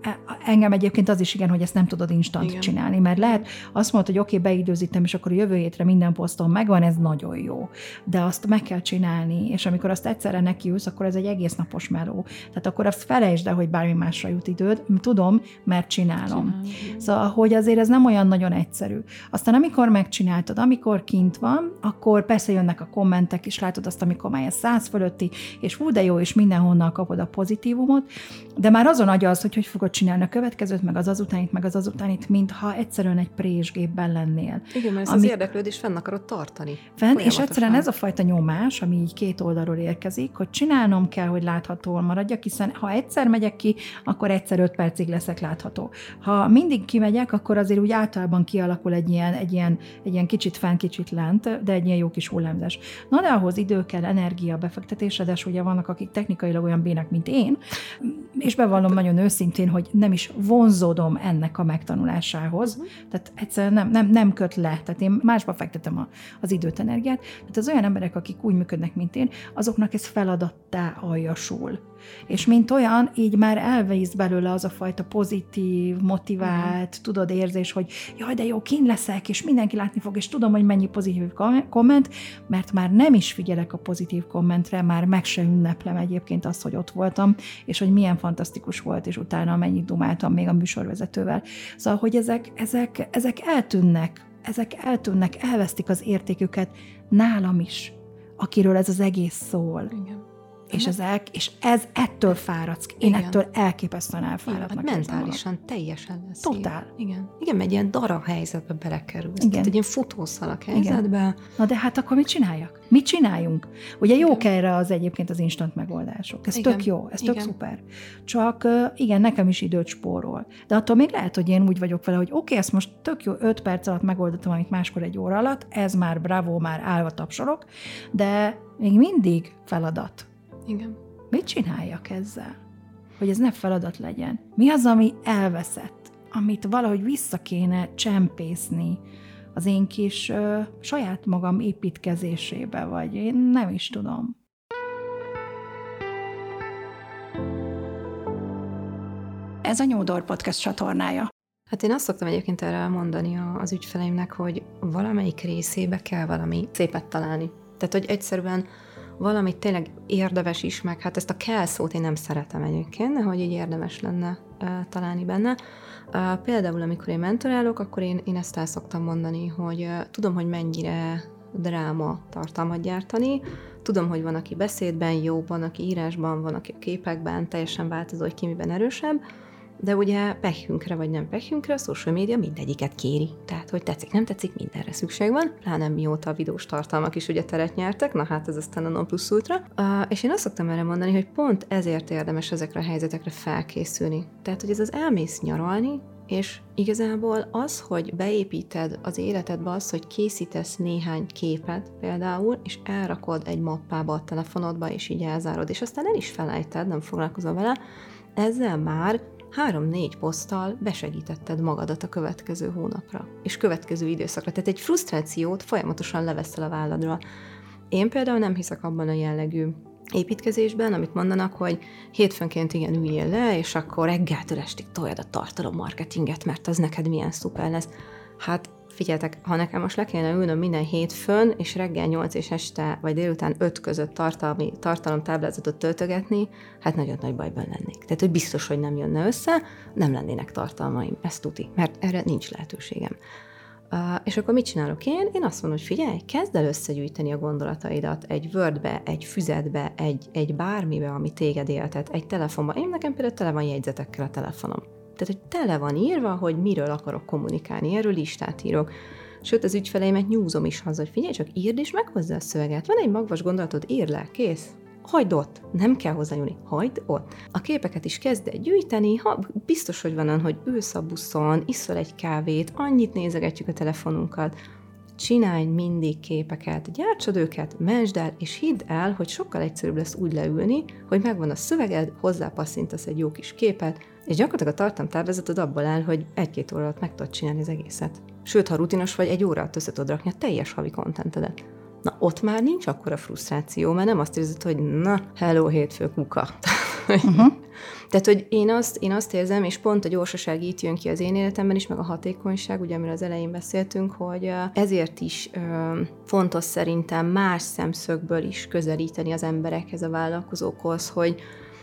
engem egyébként az is igen, hogy ezt nem tudod instant igen. csinálni, mert lehet azt mondod, hogy oké, okay, beidőzítem, és akkor a jövő hétre minden poszton megvan, ez nagyon jó. De azt meg kell csinálni, és amikor azt egyszerre nekiülsz, akkor ez egy egész napos meló. Tehát akkor azt felejtsd el, hogy bármi másra jut időd, tudom, mert csinálom. Csinálom. Szóval, hogy azért ez nem olyan nagyon egyszerű. Aztán amikor megcsináltad, amikor kint van, akkor persze jönnek a kommentek, és látod azt, amikor már ez száz fölötti, és hú, de jó, és mindenhonnan kapod a pozitívumot, de már azon agyalsz, hogy hogy fogod csinálni a következőt, meg az azutánit, meg az azutánit, mintha egyszerűen egy présgépben lennél. Igen, mert ezt ami... az érdeklődés fenn akarod tartani. Fenn, és egyszerűen ez a fajta nyomás, ami így két oldalról érkezik, hogy csinálnom kell, hogy láthatóan maradjak, hiszen ha egyszer megyek ki, akkor egyszer öt percig leszek látható. Ha mindig kimegyek, akkor azért úgy általában kialakul egy ilyen, egy ilyen, egy ilyen kicsit fenn, kicsit lent, de egy ilyen jó kis hullámzás. Na de ahhoz idő kell, energia, befektetés, de ugye vannak, akik technikailag olyan bének, mint én, és bevallom nagyon őszintén, hogy nem is vonzódom ennek a megtanulásához, uh-huh. tehát egyszerűen nem, nem, nem köt le, tehát én másba fektetem a, az időt, energiát, tehát az olyan emberek, akik úgy működnek, mint én, azoknak ez feladattá aljasul. És mint olyan, így már elvész belőle az a fajta pozitív, motivált, uh-huh. tudod, érzés, hogy jaj, de jó, kint leszek, és mindenki látni fog, és tudom, hogy mennyi pozitív komment, mert már nem is figyelek a pozitív kommentre, már meg se ünneplem egyébként azt, hogy ott voltam, és hogy milyen fantasztikus volt, és utána mennyit dumáltam még a műsorvezetővel. Szóval, hogy ezek, ezek, ezek eltűnnek, ezek eltűnnek, elvesztik az értéküket nálam is, akiről ez az egész szól. Igen. És, ez el, és ez ettől fáradsz. Én igen. ettől elképesztően elfáradnak. Igen, mentálisan teljesen lesz. Totál. Igen. Igen, egy ilyen darab helyzetbe belekerülsz. Igen. Tehát egy ilyen futószalag helyzetbe. Igen. Na de hát akkor mit csináljak? Mit csináljunk? Ugye jók erre az egyébként az instant megoldások. Ez igen. tök jó, ez igen. tök szuper. Csak igen, nekem is időt spórol. De attól még lehet, hogy én úgy vagyok vele, hogy oké, okay, ezt most tök jó, öt perc alatt megoldottam, amit máskor egy óra alatt, ez már bravo, már állva tapsolok, de még mindig feladat. Igen. Mit csináljak ezzel? Hogy ez ne feladat legyen. Mi az, ami elveszett? Amit valahogy vissza kéne csempészni az én kis ö, saját magam építkezésébe, vagy én nem is tudom. Ez a New Door Podcast csatornája. Hát én azt szoktam egyébként erre mondani az ügyfeleimnek, hogy valamelyik részébe kell valami szépet találni. Tehát, hogy egyszerűen valamit tényleg érdemes is, meg hát ezt a kell szót én nem szeretem egyébként, de hogy így érdemes lenne uh, találni benne. Uh, például, amikor én mentorálok, akkor én, én ezt el szoktam mondani, hogy uh, tudom, hogy mennyire dráma tartalmat gyártani, tudom, hogy van, aki beszédben jó, van, aki írásban, van, aki képekben, teljesen változó, hogy ki miben erősebb, de ugye pehünkre vagy nem pehünkre a social media mindegyiket kéri. Tehát, hogy tetszik, nem tetszik, mindenre szükség van, pláne mióta a videós tartalmak is ugye teret nyertek, na hát ez aztán a non plus ultra. Uh, és én azt szoktam erre mondani, hogy pont ezért érdemes ezekre a helyzetekre felkészülni. Tehát, hogy ez az elmész nyaralni, És igazából az, hogy beépíted az életedbe azt, hogy készítesz néhány képet például, és elrakod egy mappába a telefonodba, és így elzárod, és aztán el is felejted, nem foglalkozol vele, ezzel már három-négy poszttal besegítetted magadat a következő hónapra, és következő időszakra. Tehát egy frusztrációt folyamatosan leveszel a válladról. Én például nem hiszek abban a jellegű építkezésben, amit mondanak, hogy hétfőnként igen üljél le, és akkor reggeltől estig toljad a tartalommarketinget, mert az neked milyen szuper lesz. Hát figyeljetek, ha nekem most le kellene ülnöm minden hétfőn, és reggel nyolc és este, vagy délután öt között tartalmi, tartalomtáblázatot töltögetni, hát nagyon nagy bajban lennék. Tehát, hogy biztos, hogy nem jönne össze, nem lennének tartalmaim, ez tuti, mert erre nincs lehetőségem. Uh, és akkor mit csinálok én? Én azt mondom, hogy figyelj, kezd el összegyűjteni a gondolataidat egy Wordbe, egy füzetbe, egy, egy bármibe, ami téged éltet, egy telefonba. Én nekem például tele van jegyzetekkel a telefonom. Tehát, hogy tele van írva, hogy miről akarok kommunikálni, erről listát írok. Sőt, az ügyfeleimet nyúzom is haza, hogy figyelj, csak írd és meg hozzá a szöveget. Van egy magvas gondolatod, írd le, kész. Hagyd ott, nem kell hozzányúlni, hagyd ott. A képeket is kezd el gyűjteni, ha biztos, hogy van olyan, hogy ülsz a buszon, iszol egy kávét, annyit nézegetjük a telefonunkat, csinálj mindig képeket, gyártsad őket, mentsd el, és hidd el, hogy sokkal egyszerűbb lesz úgy leülni, hogy megvan a szöveged, hozzápasszintasz egy jó kis képet, és gyakorlatilag a tartalomtáblázatod abból áll, hogy egy-két óra alatt meg tudod csinálni az egészet. Sőt, ha rutinos vagy, egy óra alatt össze tudod rakni a teljes havi kontentedet. Na, ott már nincs akkora frusztráció, mert nem azt érzed, hogy na, hello, hétfő kuka. Uh-huh. Tehát, hogy én azt, én azt érzem, és pont a gyorsaság itt jön ki az én életemben is, meg a hatékonyság, ugye, amiről az elején beszéltünk, hogy ezért is ö, fontos szerintem más szemszögből is közelíteni az emberekhez, a vállalkozókhoz, hogy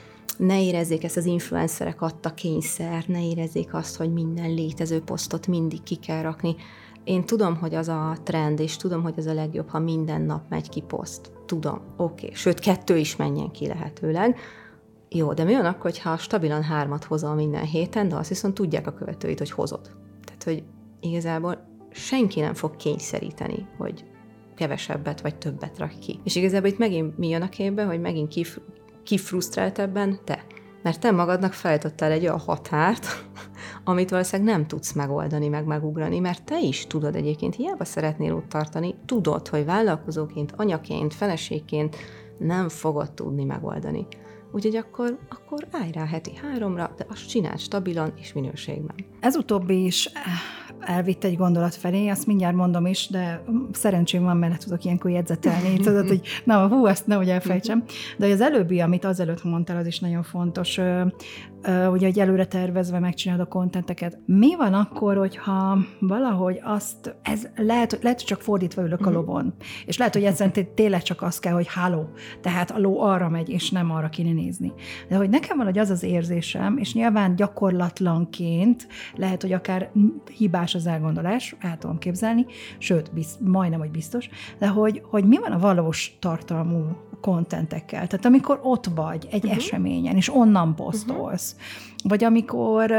ne érezzék ezt az influencerek adta kényszer, ne érezzék azt, hogy minden létező posztot mindig ki kell rakni. Én tudom, hogy az a trend, és tudom, hogy az a legjobb, ha minden nap megy ki poszt. Tudom, oké. Okay. Sőt, kettő is menjen ki lehetőleg. Jó, de mi van akkor, hogyha stabilan hármat hozol minden héten, de azt viszont tudják a követőid, hogy hozod. Tehát, hogy igazából senki nem fog kényszeríteni, hogy kevesebbet vagy többet rak ki. És igazából itt megint mi jön a képbe, hogy megint ki, ki frusztrált ebben? Te. Mert te magadnak felállítottál egy olyan határt, amit valószínűleg nem tudsz megoldani, meg megugrani, mert te is tudod egyébként, hiába szeretnél ott tartani, tudod, hogy vállalkozóként, anyaként, feleségként nem fogod tudni megoldani. Úgyhogy akkor, akkor állj rá heti háromra, de azt csináld stabilan és minőségben. Ez utóbbi is elvitt egy gondolat felé, azt mindjárt mondom is, de szerencsém van, mert tudok ilyenkor jegyzetelni, tudod, hogy na, hú, azt nehogy elfejtsem. De az előbbi, amit azelőtt mondtál, az is nagyon fontos, ugye, hogy előre tervezve megcsinálod a kontenteket. Mi van akkor, hogyha valahogy azt, ez lehet, lehet, hogy csak fordítva ülök a lovon, és lehet, hogy ezen tényleg csak az kell, hogy háló, tehát a ló arra megy, és nem arra kéne nézni. De hogy nekem valahogy az az érzésem, és nyilván gyakorlatlanként lehet, hogy akár hibás az elgondolás, el tudom képzelni, sőt, bizt, majdnem, hogy biztos, de hogy, hogy mi van a valós tartalmú kontentekkel. Tehát amikor ott vagy egy uh-huh. eseményen, és onnan posztolsz, uh-huh. vagy amikor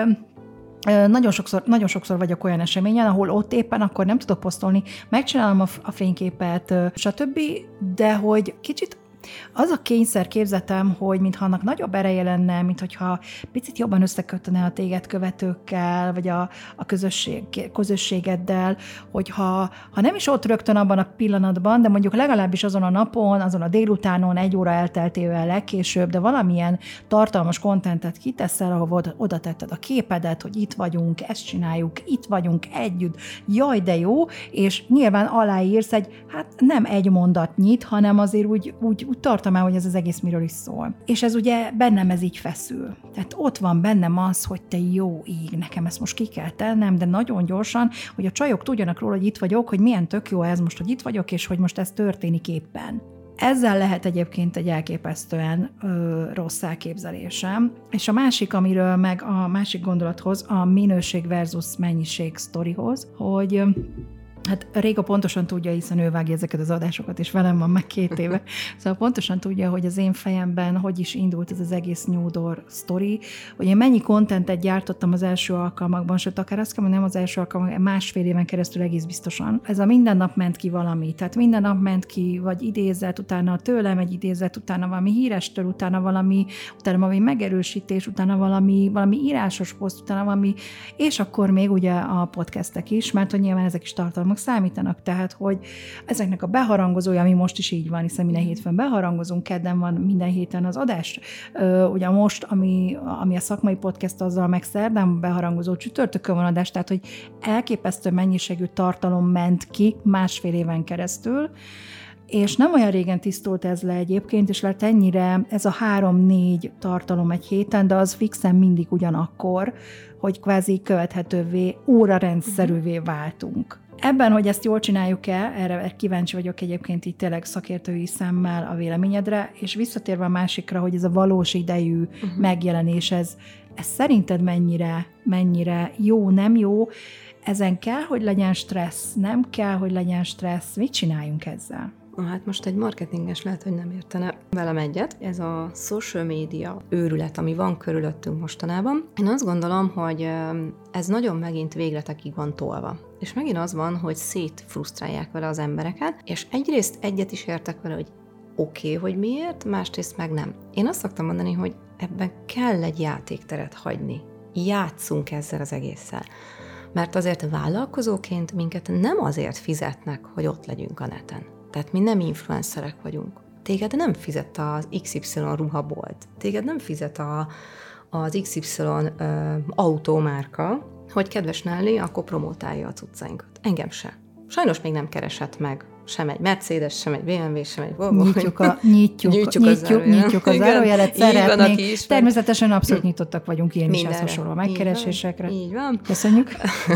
nagyon sokszor, nagyon sokszor vagyok olyan eseményen, ahol ott éppen akkor nem tudok posztolni, megcsinálom a, a fényképet, stb., de hogy kicsit az a kényszer képzetem, hogy mintha annak nagyobb ereje lenne, mint hogyha picit jobban összekötne a téged követőkkel, vagy a, a közösség, közösségeddel, hogyha ha nem is ott rögtön abban a pillanatban, de mondjuk legalábbis azon a napon, azon a délutánon, egy óra elteltével legkésőbb, de valamilyen tartalmas kontentet kiteszel, ahol oda tetted a képedet, hogy itt vagyunk, ezt csináljuk, itt vagyunk együtt, jaj, de jó, és nyilván aláírsz egy, hát nem egy mondatnyit, hanem azért úgy, úgy úgy tartom el, hogy ez az egész miről is szól. És ez ugye bennem ez így feszül. Tehát ott van bennem az, hogy te jó ég, nekem ezt most ki kell tennem, de nagyon gyorsan, hogy a csajok tudjanak róla, hogy itt vagyok, hogy milyen tök jó ez most, hogy itt vagyok, és hogy most ez történik éppen. Ezzel lehet egyébként egy elképesztően ö, rossz elképzelésem. És a másik, amiről meg a másik gondolathoz, a minőség versus mennyiség sztorihoz, hogy Hát Réka pontosan tudja, hiszen ő vágja ezeket az adásokat, és velem van meg két éve. Szóval pontosan tudja, hogy az én fejemben hogy is indult ez az egész New Door sztori, hogy én mennyi kontentet gyártottam az első alkalmakban, sőt, akár azt kell mondani, nem az első alkalmakban, másfél éven keresztül egész biztosan. Ez a minden nap ment ki valami, tehát minden nap ment ki, vagy idézet, utána tőlem egy idézet, utána valami hírestől, utána valami, utána valami megerősítés, utána valami, valami írásos poszt, utána valami, és akkor még ugye a podcastek is, mert hogy nyilván ezek is tartalmak számítanak, tehát, hogy ezeknek a beharangozója, ami most is így van, hiszen minden hétfőn beharangozunk, kedden van minden héten az adás. Ugye most, ami, ami a szakmai podcast, azzal meg szerdán beharangozó, csütörtökön van adás, tehát, hogy elképesztő mennyiségű tartalom ment ki másfél éven keresztül, és nem olyan régen tisztult ez le egyébként, és lett ennyire ez a három-négy tartalom egy héten, de az fixen mindig ugyanakkor, hogy kvázi követhetővé, órarendszerűvé váltunk. Ebben, hogy ezt jól csináljuk-e, erre kíváncsi vagyok egyébként így tényleg szakértői szemmel a véleményedre, és visszatérve a másikra, hogy ez a valós idejű uh-huh. megjelenés, ez, ez szerinted mennyire, mennyire jó, nem jó? Ezen kell, hogy legyen stressz, nem kell, hogy legyen stressz? Mit csináljunk ezzel? Hát most egy marketinges lehet, hogy nem értene velem egyet. Ez a social media őrület, ami van körülöttünk mostanában. Én azt gondolom, hogy ez nagyon megint végletekig van tolva. És megint az van, hogy szétfrusztrálják vele az embereket, és egyrészt egyet is értek vele, hogy oké, okay, hogy miért, másrészt meg nem. Én azt szoktam mondani, hogy ebben kell egy játékteret hagyni. Játsszunk ezzel az egésszel. Mert azért vállalkozóként minket nem azért fizetnek, hogy ott legyünk a neten. Tehát mi nem influencerek vagyunk. Téged nem fizet az iksz ipszilon ruhabolt. Téged nem fizet a, az iksz ipszilon ö, autómárka, hogy kedves Nelly, akkor promotálja a cuccainkat. Engem se. Sajnos még nem keresett meg sem egy Mercedes, sem egy bé em vé, sem egy Volvo. Nyitjuk a, nyitjuk, nyitjuk, nyitjuk, nyitjuk a zárójelet, szeretnénk. Természetesen abszolút nyitottak vagyunk ilyen is ezt hasonló megkeresésekre. Így van. Köszönjük.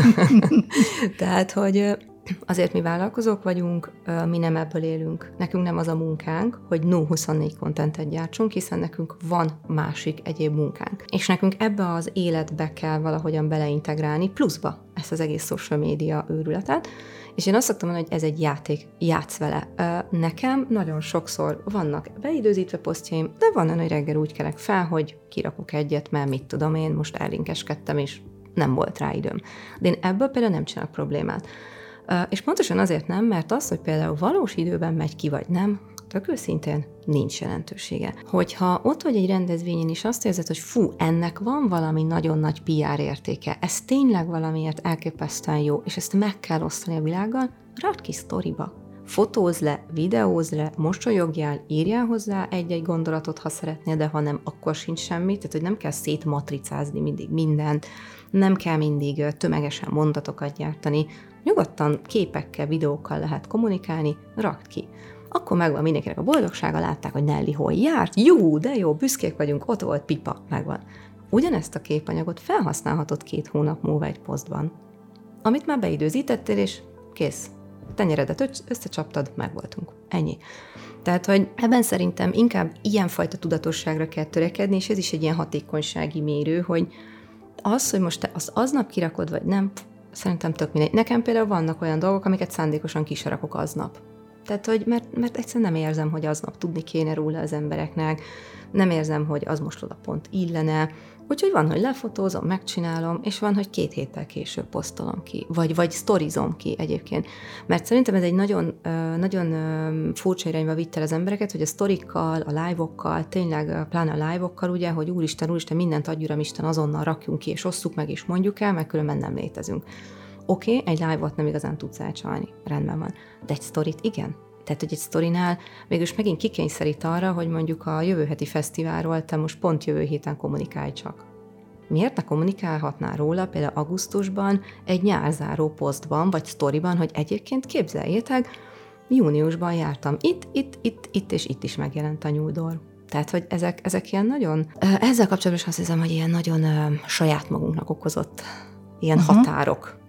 Tehát, hogy azért mi vállalkozók vagyunk, mi nem ebből élünk. Nekünk nem az a munkánk, hogy nulla huszonnégy kontentet gyártsunk, hiszen nekünk van másik egyéb munkánk. És nekünk ebbe az életbe kell valahogyan beleintegrálni, pluszba ezt az egész social media őrületet. És én azt szoktam mondani, hogy ez egy játék, játsz vele. Nekem nagyon sokszor vannak beidőzítve posztjaim, de van olyan, hogy reggel úgy kelek fel, hogy kirakok egyet, mert mit tudom én, most ellinkeskedtem, és nem volt rá időm. De én ebből például nem csinálok problémát. És pontosan azért nem, mert az, hogy például valós időben megy ki, vagy nem, tök őszintén nincs jelentősége. Hogyha ott vagy egy rendezvényen is azt érzed, hogy fú, ennek van valami nagyon nagy pé er értéke, ez tényleg valamiért elképesztően jó, és ezt meg kell osztani a világgal, rakd ki sztoriba. Fotózz le, videózz le, mosolyogjál, írjál hozzá egy-egy gondolatot, ha szeretnél, de ha nem, akkor sincs semmi, tehát hogy nem kell szétmatricázni mindig mindent, nem kell mindig tömegesen mondatokat gyártani, nyugodtan képekkel, videókkal lehet kommunikálni, rakd ki. Akkor megvan mindenkinek a boldogsága, látták, hogy Nelly hol járt, jó, de jó, büszkék vagyunk, ott volt pipa, megvan. Ugyanezt a képanyagot felhasználhatod két hónap múlva egy posztban, amit már beidőzítettél, és kész. Tenyeredet összecsaptad, megvoltunk. Ennyi. Tehát, hogy ebben szerintem inkább ilyenfajta tudatosságra kell törekedni, és ez is egy ilyen hatékonysági mérő, hogy az, hogy most te azt aznap kirakod, vagy nem, szerintem tök mindegy. Nekem például vannak olyan dolgok, amiket szándékosan ki se rakok aznap. Tehát, hogy mert, mert egyszerűen nem érzem, hogy aznap tudni kéne róla az embereknek, nem érzem, hogy az most oda pont illene, úgyhogy van, hogy lefotózom, megcsinálom, és van, hogy két héttel később posztolom ki, vagy, vagy sztorizom ki egyébként. Mert szerintem ez egy nagyon, nagyon furcsa irányba vitt el az embereket, hogy a sztorikkal, a live-okkal, tényleg pláne a live-okkal, ugye, hogy úristen, úristen, mindent adj Uram Isten, azonnal rakjunk ki, és osszuk meg, és mondjuk el, mert különben nem létezünk. Oké, okay, egy live-ot nem igazán tudsz elcsalni, rendben van, de egy sztorit igen. Tehát, hogy egy sztorinál mégis megint kikényszerít arra, hogy mondjuk a jövő heti fesztiválról te most pont jövő héten kommunikálj csak. Miért ne kommunikálhatnál róla például augusztusban egy nyárzáró posztban, vagy sztoriban, hogy egyébként képzeljétek, júniusban jártam itt, itt, itt, itt és itt is megjelent a New Door. Tehát, hogy ezek, ezek ilyen nagyon... Ezzel kapcsolatban azt hiszem, hogy ilyen nagyon uh, saját magunknak okozott ilyen uh-huh. határok.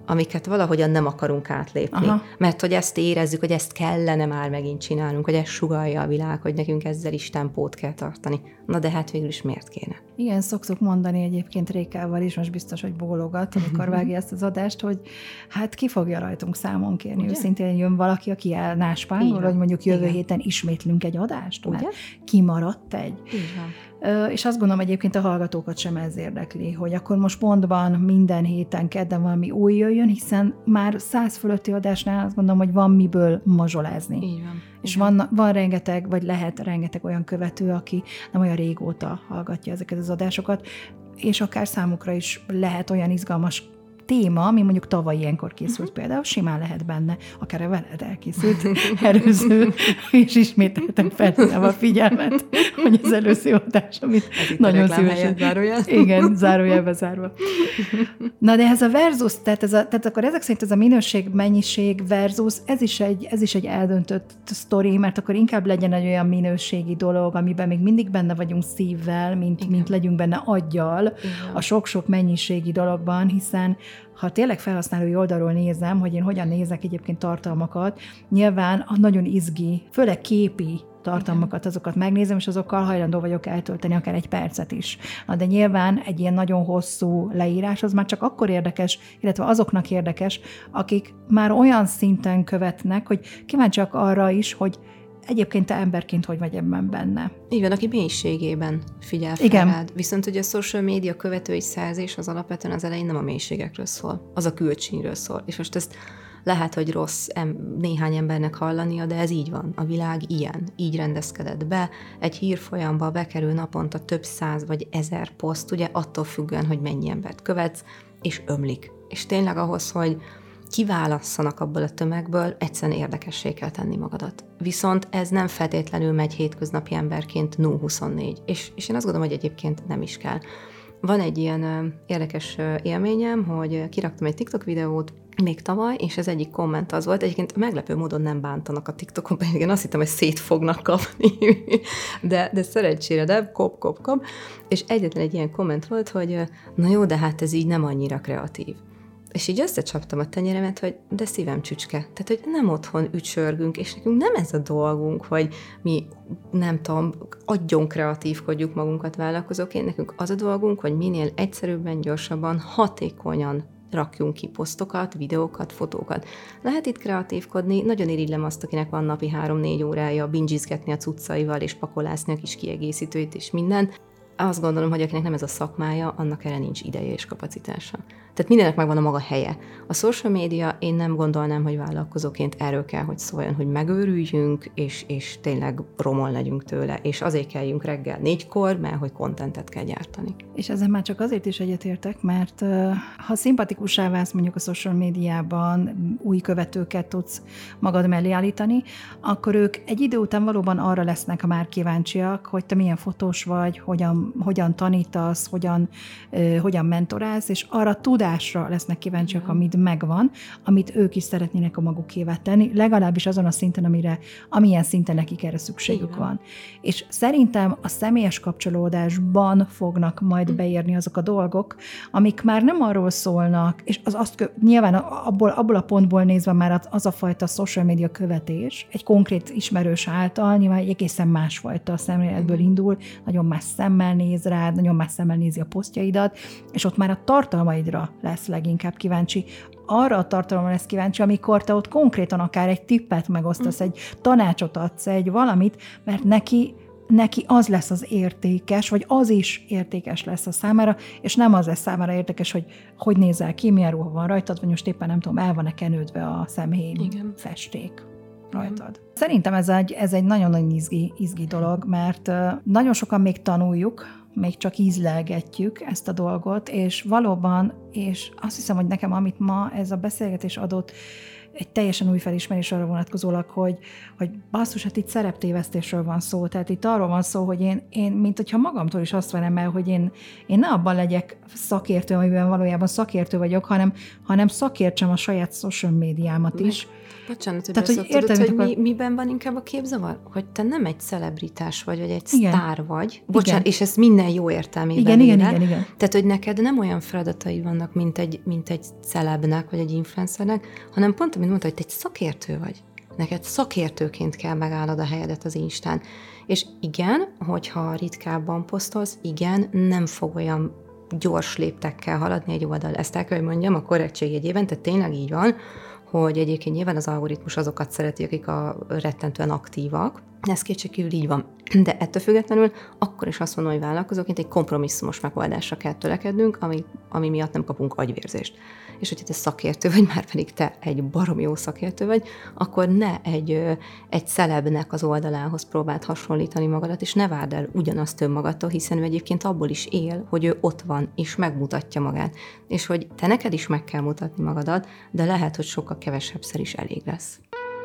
amiket valahogyan nem akarunk átlépni. Aha. Mert hogy ezt érezzük, hogy ezt kellene már megint csinálnunk, hogy ezt sugallja a világ, hogy nekünk ezzel is tempót kell tartani. Na de hát végül is miért kéne? Igen, szoktuk mondani egyébként Rékával is, most biztos, hogy bólogat, amikor vágja ezt az adást, hogy hát ki fogja rajtunk számon kérni. Ugye? Őszintén jön valaki, aki elnáspángol, hogy mondjuk jövő Igen. héten ismétlünk egy adást, mert Ugye? kimaradt egy. Igen. És azt gondolom egyébként a hallgatókat sem ez érdekli, hogy akkor most pontban minden héten kedden valami új jöjjön, hiszen már száz fölötti adásnál azt gondolom, hogy van miből mazsolázni. Így van. És van, van rengeteg, vagy lehet rengeteg olyan követő, aki nem olyan régóta hallgatja ezeket az adásokat, és akár számukra is lehet olyan izgalmas téma, ami mondjuk tavaly ilyenkor készült uh-huh. például, simán lehet benne, akár a veled elkészült előző, és ismételtem felhívnám a figyelmet, hogy az előző adás, amit nagyon szívesen. Zárójel. Igen, zárójelbe zárva. Na de ez a versus, tehát, ez a, tehát akkor ezek szerint ez a minőség, mennyiség versus, ez is egy, ez is egy eldöntött sztori, mert akkor inkább legyen egy olyan minőségi dolog, amiben még mindig benne vagyunk szívvel, mint, mint legyünk benne aggyal, Igen. a sok-sok mennyiségi dologban, hiszen ha tényleg felhasználói oldalról nézem, hogy én hogyan nézek egyébként tartalmakat, nyilván a nagyon izgi, főleg képi tartalmakat, azokat megnézem, és azokkal hajlandó vagyok eltölteni akár egy percet is. Na, de nyilván egy ilyen nagyon hosszú leírás az már csak akkor érdekes, illetve azoknak érdekes, akik már olyan szinten követnek, hogy kíváncsiak arra is, hogy egyébként te emberként hogy vagy ebben benne. Így van, aki mélységében figyel fel Igen. rád. Viszont ugye a social media követői szerzés az alapvetően az elején nem a mélységekről szól, az a külcsínről szól. És most ezt lehet, hogy rossz em- néhány embernek hallania, de ez így van. A világ ilyen. Így rendezkedett be. Egy hírfolyamba bekerül naponta több száz vagy ezer poszt, ugye attól függően, hogy mennyi embert követsz, és ömlik. És tényleg ahhoz, hogy kiválasszanak abból a tömegből, egyszerűen érdekessé kell tenni magadat. Viszont ez nem feltétlenül megy hétköznapi emberként nulla huszonnégy, és, és én azt gondolom, hogy egyébként nem is kell. Van egy ilyen ö, érdekes ö, élményem, hogy kiraktam egy TikTok videót még tavaly, és az egyik komment az volt, egyébként meglepő módon nem bántanak a TikTokon, pedig én azt hittem, hogy szét fognak kapni, de, de szerencsére, de kop, kop, kop, és egyetlen egy ilyen komment volt, hogy na jó, de hát ez így nem annyira kreatív. És így összecsaptam a tenyeremet, hogy de szívem csücske. Tehát, hogy nem otthon ücsörgünk, és nekünk nem ez a dolgunk, hogy mi, nem tudom, agyon kreatívkodjuk magunkat vállalkozóként, nekünk az a dolgunk, hogy minél egyszerűbben, gyorsabban, hatékonyan rakjunk ki posztokat, videókat, fotókat. Lehet itt kreatívkodni, nagyon irigylem azt, akinek van napi három-négy órája bingizgetni a cuccaival, és pakolászni a kis kiegészítőit, és minden. Azt gondolom, hogy akinek nem ez a szakmája, annak erre nincs ideje és kapacitása. Tehát mindennek megvan a maga helye. A social media, én nem gondolnám, hogy vállalkozóként erről kell, hogy szóljon, hogy megőrüljünk, és, és tényleg romol legyünk tőle, és azért kelljünk reggel négykor, mert hogy kontentet kell gyártani. És ezzel már csak azért is egyetértek, mert uh, ha szimpatikussá válsz mondjuk a social médiában, új követőket tudsz magad mellé állítani, akkor ők egy idő után valóban arra lesznek már kíváncsiak, hogy te milyen fotós vagy, hogyan, hogyan tanítasz, hogyan, uh, hogyan mentorálsz, és arra tudásra lesznek kíváncsiak, amit megvan, amit ők is szeretnének a magukévá tenni, legalábbis azon a szinten, amire, amilyen szinten nekik erre szükségük Igen. van. És szerintem a személyes kapcsolódásban fognak majd beérni azok a dolgok, amik már nem arról szólnak, és az azt kö- nyilván abból, abból a pontból nézve már az a fajta social media követés, egy konkrét ismerős által nyilván egy egészen másfajta szemléletből indul, nagyon más szemmel néz rád, nagyon más szemmel nézi a posztjaidat, és ott már a tartalmaidra lesz leginkább kíváncsi. Arra a tartalomra lesz kíváncsi, amikor te ott konkrétan akár egy tippet megosztasz, egy tanácsot adsz, egy valamit, mert neki neki az lesz az értékes, vagy az is értékes lesz a számára, és nem az lesz számára értékes, hogy hogy nézel ki, milyen ruha van rajtad, vagy most éppen nem tudom, el van-e kenődve a szemhéj Igen. festék rajtad. Igen. Szerintem ez egy, ez egy nagyon-nagyon izgi, izgi dolog, mert nagyon sokan még tanuljuk, még csak ízlelgetjük ezt a dolgot, és valóban, és azt hiszem, hogy nekem, amit ma ez a beszélgetés adott, egy teljesen új felismerés arra vonatkozólag, hogy, hogy basszus, hát itt szereptévesztésről van szó. Tehát itt arról van szó, hogy én, én mint hogyha magamtól is azt verem el, hogy én, én ne abban legyek szakértő, amiben valójában szakértő vagyok, hanem, hanem szakértsem a saját social médiámat is. Bocsánat, hogy beszéltudod, hogy, hogy mi, miben van inkább a képzavar? Hogy te nem egy celebritás vagy, vagy egy igen. sztár vagy. Bocsánat, igen. és ez minden jó értelmében. Igen, igen, igen, igen. Tehát, hogy neked nem olyan feladatai vannak, mint egy, mint egy celebnek, vagy egy influencernek, hanem pont, amit mondta, hogy te egy szakértő vagy. Neked szakértőként kell megállnod a helyedet az Instán. És igen, hogyha ritkábban posztolsz, igen, nem fog olyan gyors léptekkel haladni egy oldal. Ezt el kell, hogy mondjam a korrektség jegyében, tehát tényleg így van, hogy egyébként nyilván az algoritmus azokat szereti, akik a rettentően aktívak. Ez kétségkívül így van. De ettől függetlenül akkor is azt mondom, hogy vállalkozóként egy kompromisszumos megoldásra kell törekednünk, ami, ami miatt nem kapunk agyvérzést. És hogyha te szakértő vagy, már pedig te egy baromi jó szakértő vagy, akkor ne egy, egy celebnek az oldalához próbáld hasonlítani magadat, és ne várd el ugyanazt önmagadtól, hiszen ő egyébként abból is él, hogy ő ott van, és megmutatja magát. És hogy te neked is meg kell mutatni magadat, de lehet, hogy sokkal kevesebbszer is elég lesz.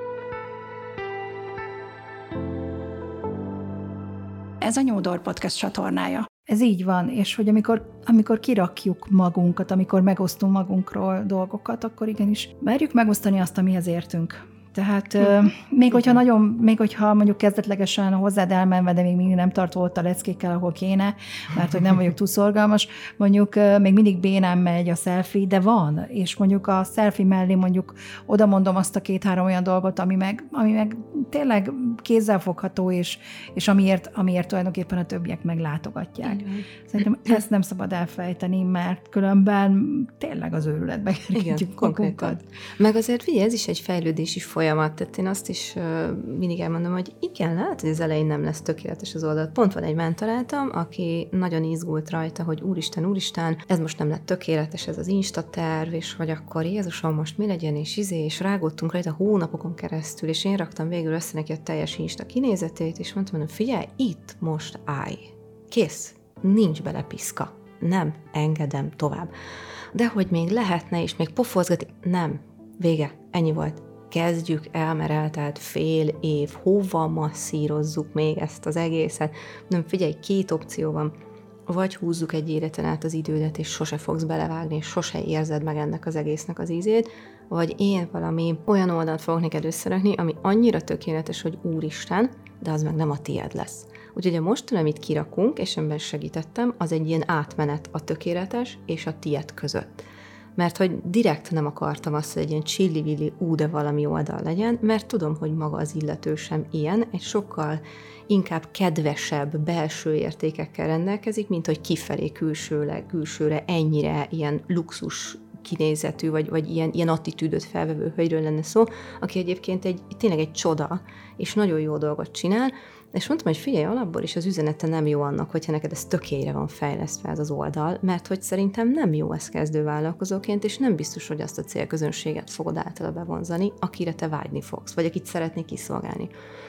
Ez a New Door Podcast csatornája. Ez így van, és hogy amikor, amikor kirakjuk magunkat, amikor megosztunk magunkról dolgokat, akkor igenis merjük megosztani azt, amihez értünk. Tehát hmm. még hogyha nagyon, még hogyha mondjuk kezdetlegesen hozzád elmenve, de még mindig nem tartó ott a leckékkel, ahol kéne, mert hogy nem vagyok túl szorgalmas, mondjuk még mindig bénán megy a selfie, de van, és mondjuk a selfie mellé mondjuk oda mondom azt a két-három olyan dolgot, ami meg, ami meg tényleg kézzelfogható, és, és amiért, amiért tulajdonképpen a többiek meglátogatják. Hmm. Szerintem ezt nem szabad elfejteni, mert különben tényleg az őrületbe kerítjük magunkat. Meg azért figyelj, ez is egy fejlődési folyamat. folyamat. Tehát én azt is uh, mindig elmondom, hogy igen, lehet, hogy az elején nem lesz tökéletes az oldal. Pont van egy mentoráltam, aki nagyon izgult rajta, hogy úristen, úristen, ez most nem lett tökéletes, ez az Insta terv, és vagy akkor Jézusom, most mi legyen, és izé, és rágottunk rajta hónapokon keresztül, és én raktam végül össze neki a teljes Insta kinézetét, és mondtam, hogy figyelj, itt most állj. Kész. Nincs bele piszka. Nem engedem tovább. De hogy még lehetne, és még pofozgatni, nem. Vége. Ennyi volt. Kezdjük el, mert eltelt fél év, hova masszírozzuk még ezt az egészet. Nem, figyelj, két opció van. Vagy húzzuk egy életen át az idődet, és sose fogsz belevágni, és sose érzed meg ennek az egésznek az ízét, vagy én valami olyan oldalt fogok neked összerakni, ami annyira tökéletes, hogy úristen, de az meg nem a tiéd lesz. Úgyhogy a mostan, amit kirakunk, és ebben segítettem, az egy ilyen átmenet a tökéletes és a tiéd között. Mert hogy direkt nem akartam azt, hogy egy ilyen csillivilli ú, de valami oldal legyen, mert tudom, hogy maga az illető sem ilyen, egy sokkal inkább kedvesebb belső értékekkel rendelkezik, mint hogy kifelé külsőleg, külsőre ennyire ilyen luxus kinézetű, vagy, vagy ilyen, ilyen attitűdöt felvevő hölgyről lenne szó, aki egyébként egy, tényleg egy csoda, és nagyon jó dolgot csinál, és mondtam, hogy figyelj, alapból is az üzenete nem jó annak, hogyha neked ez tökére van fejlesztve ez az oldal, mert hogy szerintem nem jó ez kezdővállalkozóként, és nem biztos, hogy azt a célközönséget fogod általa bevonzani, akire te vágyni fogsz, vagy akit szeretnék kiszolgálni.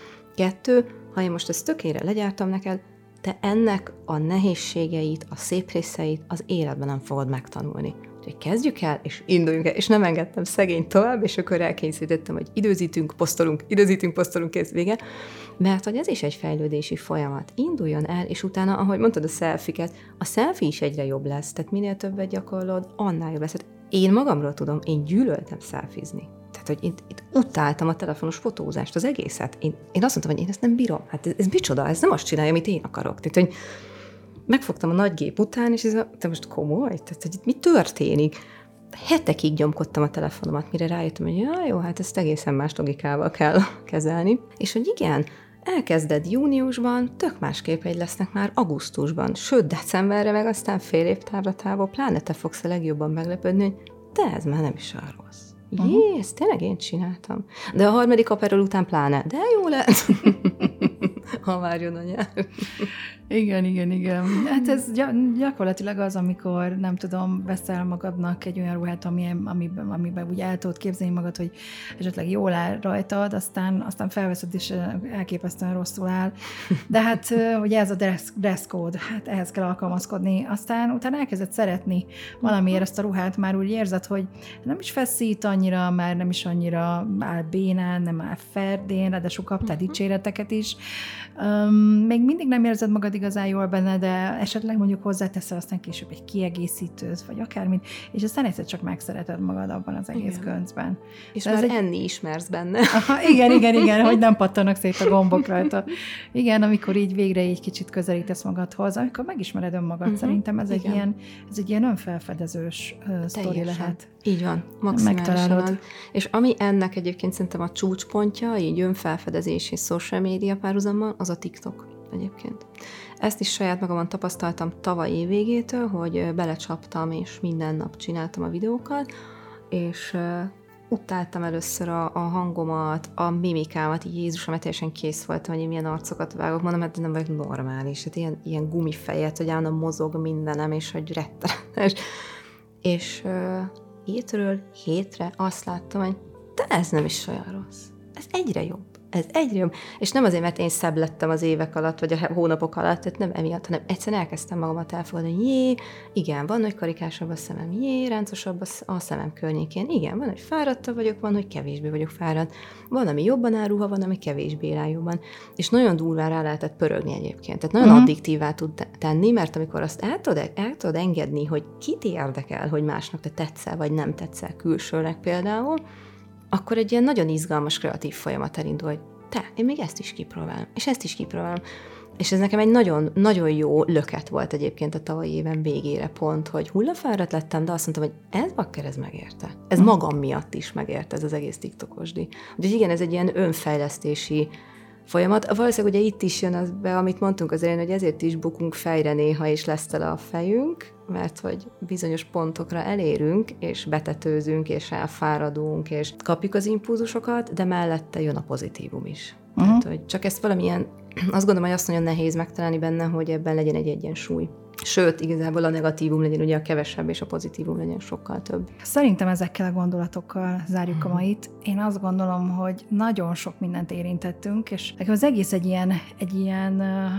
Kettő, ha én most ezt tökére legyártam neked, te ennek a nehézségeit, a szép részeit az életben nem fogod megtanulni. Úgyhogy kezdjük el, és induljunk el, és nem engedtem szegény tovább, és akkor elkényszerítettem, hogy időzítünk, posztolunk, időzítünk, posztolunk, kész, vége. Mert hogy ez is egy fejlődési folyamat. Induljon el, és utána, ahogy mondtad a selfiket, a selfie is egyre jobb lesz, tehát minél többet gyakorlod, annál jobb lesz. Tehát én magamról tudom, én gyűlöltem selfizni. Tehát, hogy én, én utáltam a telefonos fotózást, az egészet. Én, én azt mondtam, hogy én ezt nem bírom. Hát ez, ez micsoda, ez nem azt csinálja, amit én akarok. Tehát, hogy megfogtam a nagy gép után, és ez a, te most komoly? Tehát, hogy itt mi történik? Hetekig gyomkodtam a telefonomat, mire rájöttem, hogy ja, jó, hát ezt egészen más logikával kell kezelni. És hogy igen, elkezded júniusban, tök más képeid lesznek már augusztusban, sőt, decemberre, meg aztán fél év távlatából, pláne te fogsz a legjobban meglepődni, hogy de ez már nem is olyan rossz. Uh-huh. Jé, ezt tényleg én csináltam. De a harmadik aperol után pláne, de jó lett. ha várjon a nyár. Igen, igen, igen. Hát ez gy- gyakorlatilag az, amikor, nem tudom, veszel magadnak egy olyan ruhát, ami, amiben, amiben úgy el tudod képzelni magad, hogy esetleg jól áll rajtad, aztán, aztán felveszed, és elképesztően rosszul áll. De hát ugye ez a dress, dress code, hát ehhez kell alkalmazkodni. Aztán utána elkezded szeretni valamiért ezt a ruhát, már úgy érzed, hogy nem is feszít annyira, már nem is annyira áll bénán, nem áll ferdén, de sok kaptál dicséreteket is. Um, még mindig nem érzed magad igazán jól benne, de esetleg mondjuk hozzáteszel aztán később egy kiegészítőt, vagy akármit, és aztán egyszer csak megszereted magad abban az egész igen. göncben. És de már egy... enni ismersz benne. Aha, igen, igen, igen, hogy nem pattanak szét a gombok rajta. Igen, amikor így végre így kicsit közelítesz magadhoz, amikor megismered önmagad, uh-huh. szerintem ez egy, ilyen, ez egy ilyen önfelfedezős uh, sztori lehet. Így van, maximálisan. És ami ennek egyébként szerintem a csúcspontja, így önfelfedezés és social media párhuzammal, az a TikTok egyébként. Ezt is saját magamon tapasztaltam tavaly évvégétől, hogy belecsaptam, és minden nap csináltam a videókat, és uh, utáltam először a, a hangomat, a mimikámat, így Jézusom, teljesen kész voltam, hogy én milyen arcokat vágok, mondom, hát nem vagyok normális, hát ilyen, ilyen gumifejet, hogy állandóan mozog mindenem, és hogy rettenetes. És uh, hétről hétre azt láttam, hogy de ez nem is olyan rossz. Ez egyre jobb. Ez egyre jobb. És nem azért, mert én szebb lettem az évek alatt, vagy a hónapok alatt, tehát nem emiatt, hanem egyszerűen elkezdtem magamat elfogadni, hogy jé, igen, van, hogy karikásabb a szemem, jé, ráncosabb a szemem környékén, igen, van, hogy fáradtabb vagyok, van, hogy kevésbé vagyok fáradt, van, ami jobban áll ruha, van, ami kevésbé áll jobban. És nagyon durván rá lehetett pörögni egyébként. Tehát nagyon uh-huh. addiktívá tud tenni, mert amikor azt el tudod, el tudod engedni, hogy kit érdekel, hogy másnak te tetszel, vagy nem tetszel külsőleg például, akkor egy ilyen nagyon izgalmas, kreatív folyamat elindul, hogy te, én még ezt is kipróbálom, és ezt is kipróbálom. És ez nekem egy nagyon, nagyon jó löket volt egyébként a tavalyi éven végére pont, hogy hullafáradt lettem, de azt mondtam, hogy ez bakker, ez megérte. Ez hmm. magam miatt is megérte, ez az egész TikTokosdi. Úgyhogy igen, ez egy ilyen önfejlesztési folyamat. Valószínűleg ugye itt is jön az be, amit mondtunk az elején, hogy ezért is bukunk fejre néha, és lesz tele a fejünk, mert hogy bizonyos pontokra elérünk, és betetőzünk, és elfáradunk, és kapjuk az impulzusokat, de mellette jön a pozitívum is. Uh-huh. Tehát, hogy csak ezt valamilyen, azt gondolom, hogy azt nagyon nehéz megtalálni benne, hogy ebben legyen egy egyensúly. Sőt, igazából a negatívum legyen ugye a kevesebb, és a pozitívum legyen sokkal több. Szerintem ezekkel a gondolatokkal zárjuk a mait. Én azt gondolom, hogy nagyon sok mindent érintettünk, és nekem az egész egy ilyen, egy ilyen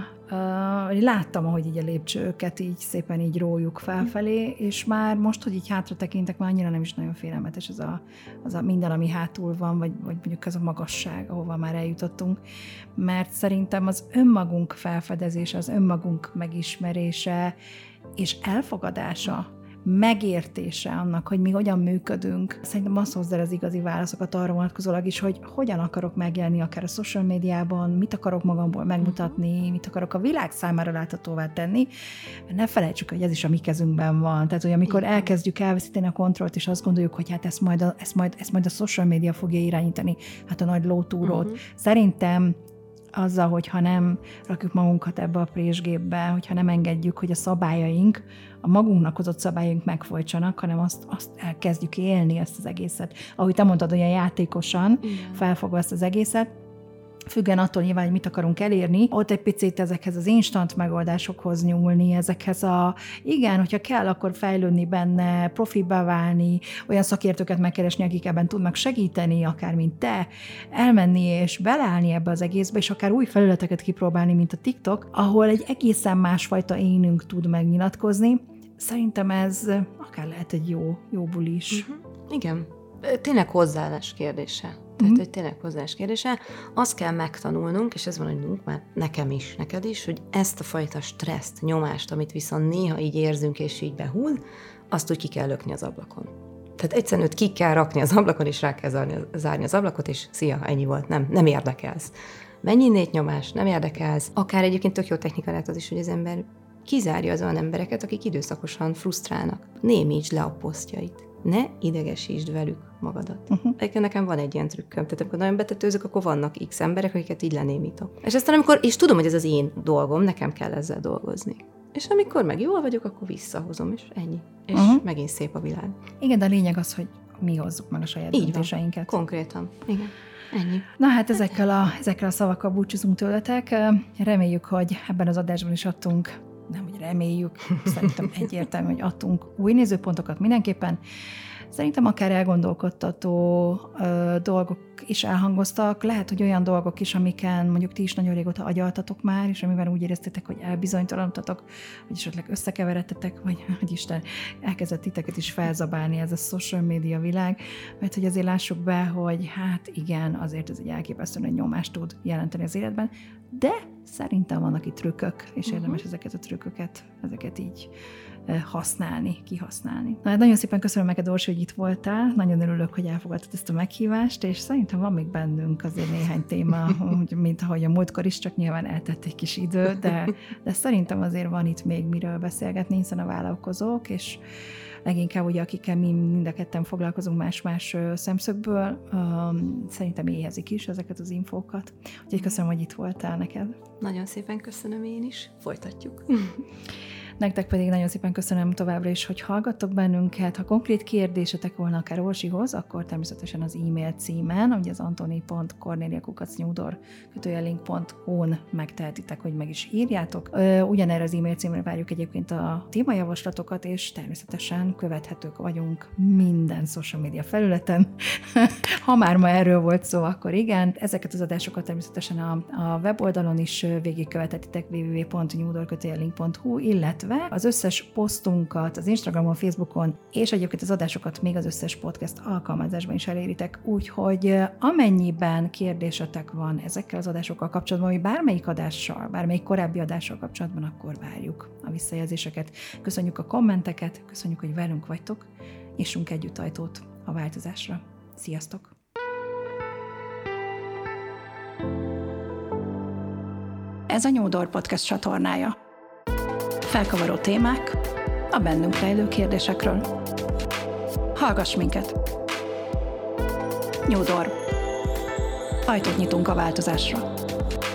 uh, láttam, ahogy így a lépcsőket így szépen így rójuk felfelé, és már most, hogy így hátra tekintek, már annyira nem is nagyon félelmetes az a, az a minden, ami hátul van, vagy, vagy mondjuk az a magasság, ahova már eljutottunk, mert szerintem az önmagunk felfedezése, az önmagunk megismerése és elfogadása, megértése annak, hogy mi hogyan működünk. Szerintem azt hozzá az igazi válaszokat arra vonatkozólag is, hogy hogyan akarok megjelenni akár a social médiában, mit akarok magamból megmutatni, mit akarok a világ számára láthatóvá tenni. Ne felejtsük, hogy ez is a mi kezünkben van. Tehát, hogy amikor elkezdjük elveszíteni a kontrollt, és azt gondoljuk, hogy hát ezt majd a, ezt majd, ezt majd a social média fogja irányítani, hát a nagy lótúrót. Uh-huh. Szerintem azzal, hogyha nem rakjuk magunkat ebbe a présgépbe, hogyha nem engedjük, hogy a szabályaink, a magunknak hozott szabályaink megfojtsanak, hanem azt, azt elkezdjük élni, ezt az egészet. Ahogy te mondtad, olyan játékosan igen. felfogva ezt az egészet, függen attól nyilván, hogy mit akarunk elérni, ott egy picit ezekhez az instant megoldásokhoz nyúlni, ezekhez a, igen, hogyha kell, akkor fejlődni benne, profibbá válni, olyan szakértőket megkeresni, akik ebben tudnak segíteni, akár mint te, elmenni és beleállni ebbe az egészbe, és akár új felületeket kipróbálni, mint a TikTok, ahol egy egészen másfajta énünk tud megnyilatkozni. Szerintem ez akár lehet egy jó, jó buli is. Uh-huh. Igen. Tényleg hozzáállás kérdése. Tehát, hogy tényleg hozzáállás kérdése. Azt kell megtanulnunk, és ez van, hogy már nekem is, neked is, hogy ezt a fajta stresszt, nyomást, amit viszont néha így érzünk, és így behull, azt úgy ki kell lökni az ablakon. Tehát egyszerűen őt ki kell rakni az ablakon, és rá kell zárni, zárni az ablakot, és szia, ennyi volt, nem, nem érdekelsz. Mennyi innét nyomás, nem érdekelsz. Akár egyébként tök jó technika lehet az is, hogy az ember kizárja az olyan embereket, akik időszakosan frusztrálnak. Némítsd le a posztjait. Ne idegesítsd velük magadat. Uh-huh. Egyébként nekem van egy ilyen trükköm, tehát amikor nagyon betetőzök, akkor vannak x emberek, akiket így lenémítok. És aztán amikor, és tudom, hogy ez az én dolgom, nekem kell ezzel dolgozni. És amikor meg jól vagyok, akkor visszahozom, és ennyi. És uh-huh. megint szép a világ. Igen, de a lényeg az, hogy mi hozzuk meg a saját Így döntéseinket. Van. Konkrétan. Igen. Ennyi. Na hát ezekkel a, ezekkel a szavakkal búcsúzunk tőletek. Reméljük, hogy ebben az adásban is adtunk, nem, hogy reméljük, szerintem egyértelmű, hogy adtunk új nézőpontokat mindenképpen. Szerintem akár elgondolkodtató ö, dolgok is elhangoztak, lehet, hogy olyan dolgok is, amiken mondjuk ti is nagyon régóta agyaltatok már, és amivel úgy éreztétek, hogy elbizonytalanodtatok, vagy esetleg összekeveredtetek, vagy hogy Isten elkezdett titeket is felzabálni ez a social media világ, mert hogy azért lássuk be, hogy hát igen, azért ez egy elképesztően egy nyomást tud jelenteni az életben, de szerintem vannak itt trükkök, és uh-huh. érdemes ezeket a trükköket, ezeket így használni, kihasználni. Na, hát nagyon szépen köszönöm neked, Orsi, hogy itt voltál, nagyon örülök, hogy elfogadtad ezt a meghívást, és szerintem van még bennünk azért néhány téma, mint ahogy a múltkor is, csak nyilván eltett egy kis idő, de, de szerintem azért van itt még miről beszélgetni, hiszen a vállalkozók, és leginkább ugye, akikkel mi mind a ketten foglalkozunk más-más szemszögből, um, szerintem éhezik is ezeket az infókat. Úgyhogy köszönöm, hogy itt voltál neked. Nagyon szépen köszönöm én is. Folytatjuk. Nektek pedig nagyon szépen köszönöm továbbra is, hogy hallgattok bennünket. Ha konkrét kérdésetek volna akár Orsihoz, akkor természetesen az e-mail címen, ugye az antoni pont kornélia kukac nyúdor kötőjelink pont hu-n megtehetitek, hogy meg is írjátok. Ugyanerre az e-mail címre várjuk egyébként a témajavaslatokat, és természetesen követhetők vagyunk minden social media felületen. Ha már ma erről volt szó, akkor igen. Ezeket az adásokat természetesen a, a weboldalon is végigkövethetitek double-u double-u double-u pont nyúdor kötőjelink pont hu, illetve az összes posztunkat az Instagramon, Facebookon, és egyébként az adásokat még az összes podcast alkalmazásban is eléritek, úgyhogy amennyiben kérdésetek van ezekkel az adásokkal kapcsolatban, vagy bármelyik adással, bármelyik korábbi adással kapcsolatban, akkor várjuk a visszajelzéseket. Köszönjük a kommenteket, köszönjük, hogy velünk vagytok, nyissunk együtt ajtót a változásra. Sziasztok! Ez a Nyúdor Podcast csatornája. Felkavaró témák a bennünk rejlő kérdésekről. Hallgass minket! Nyúdor. Ajtót nyitunk a változásra.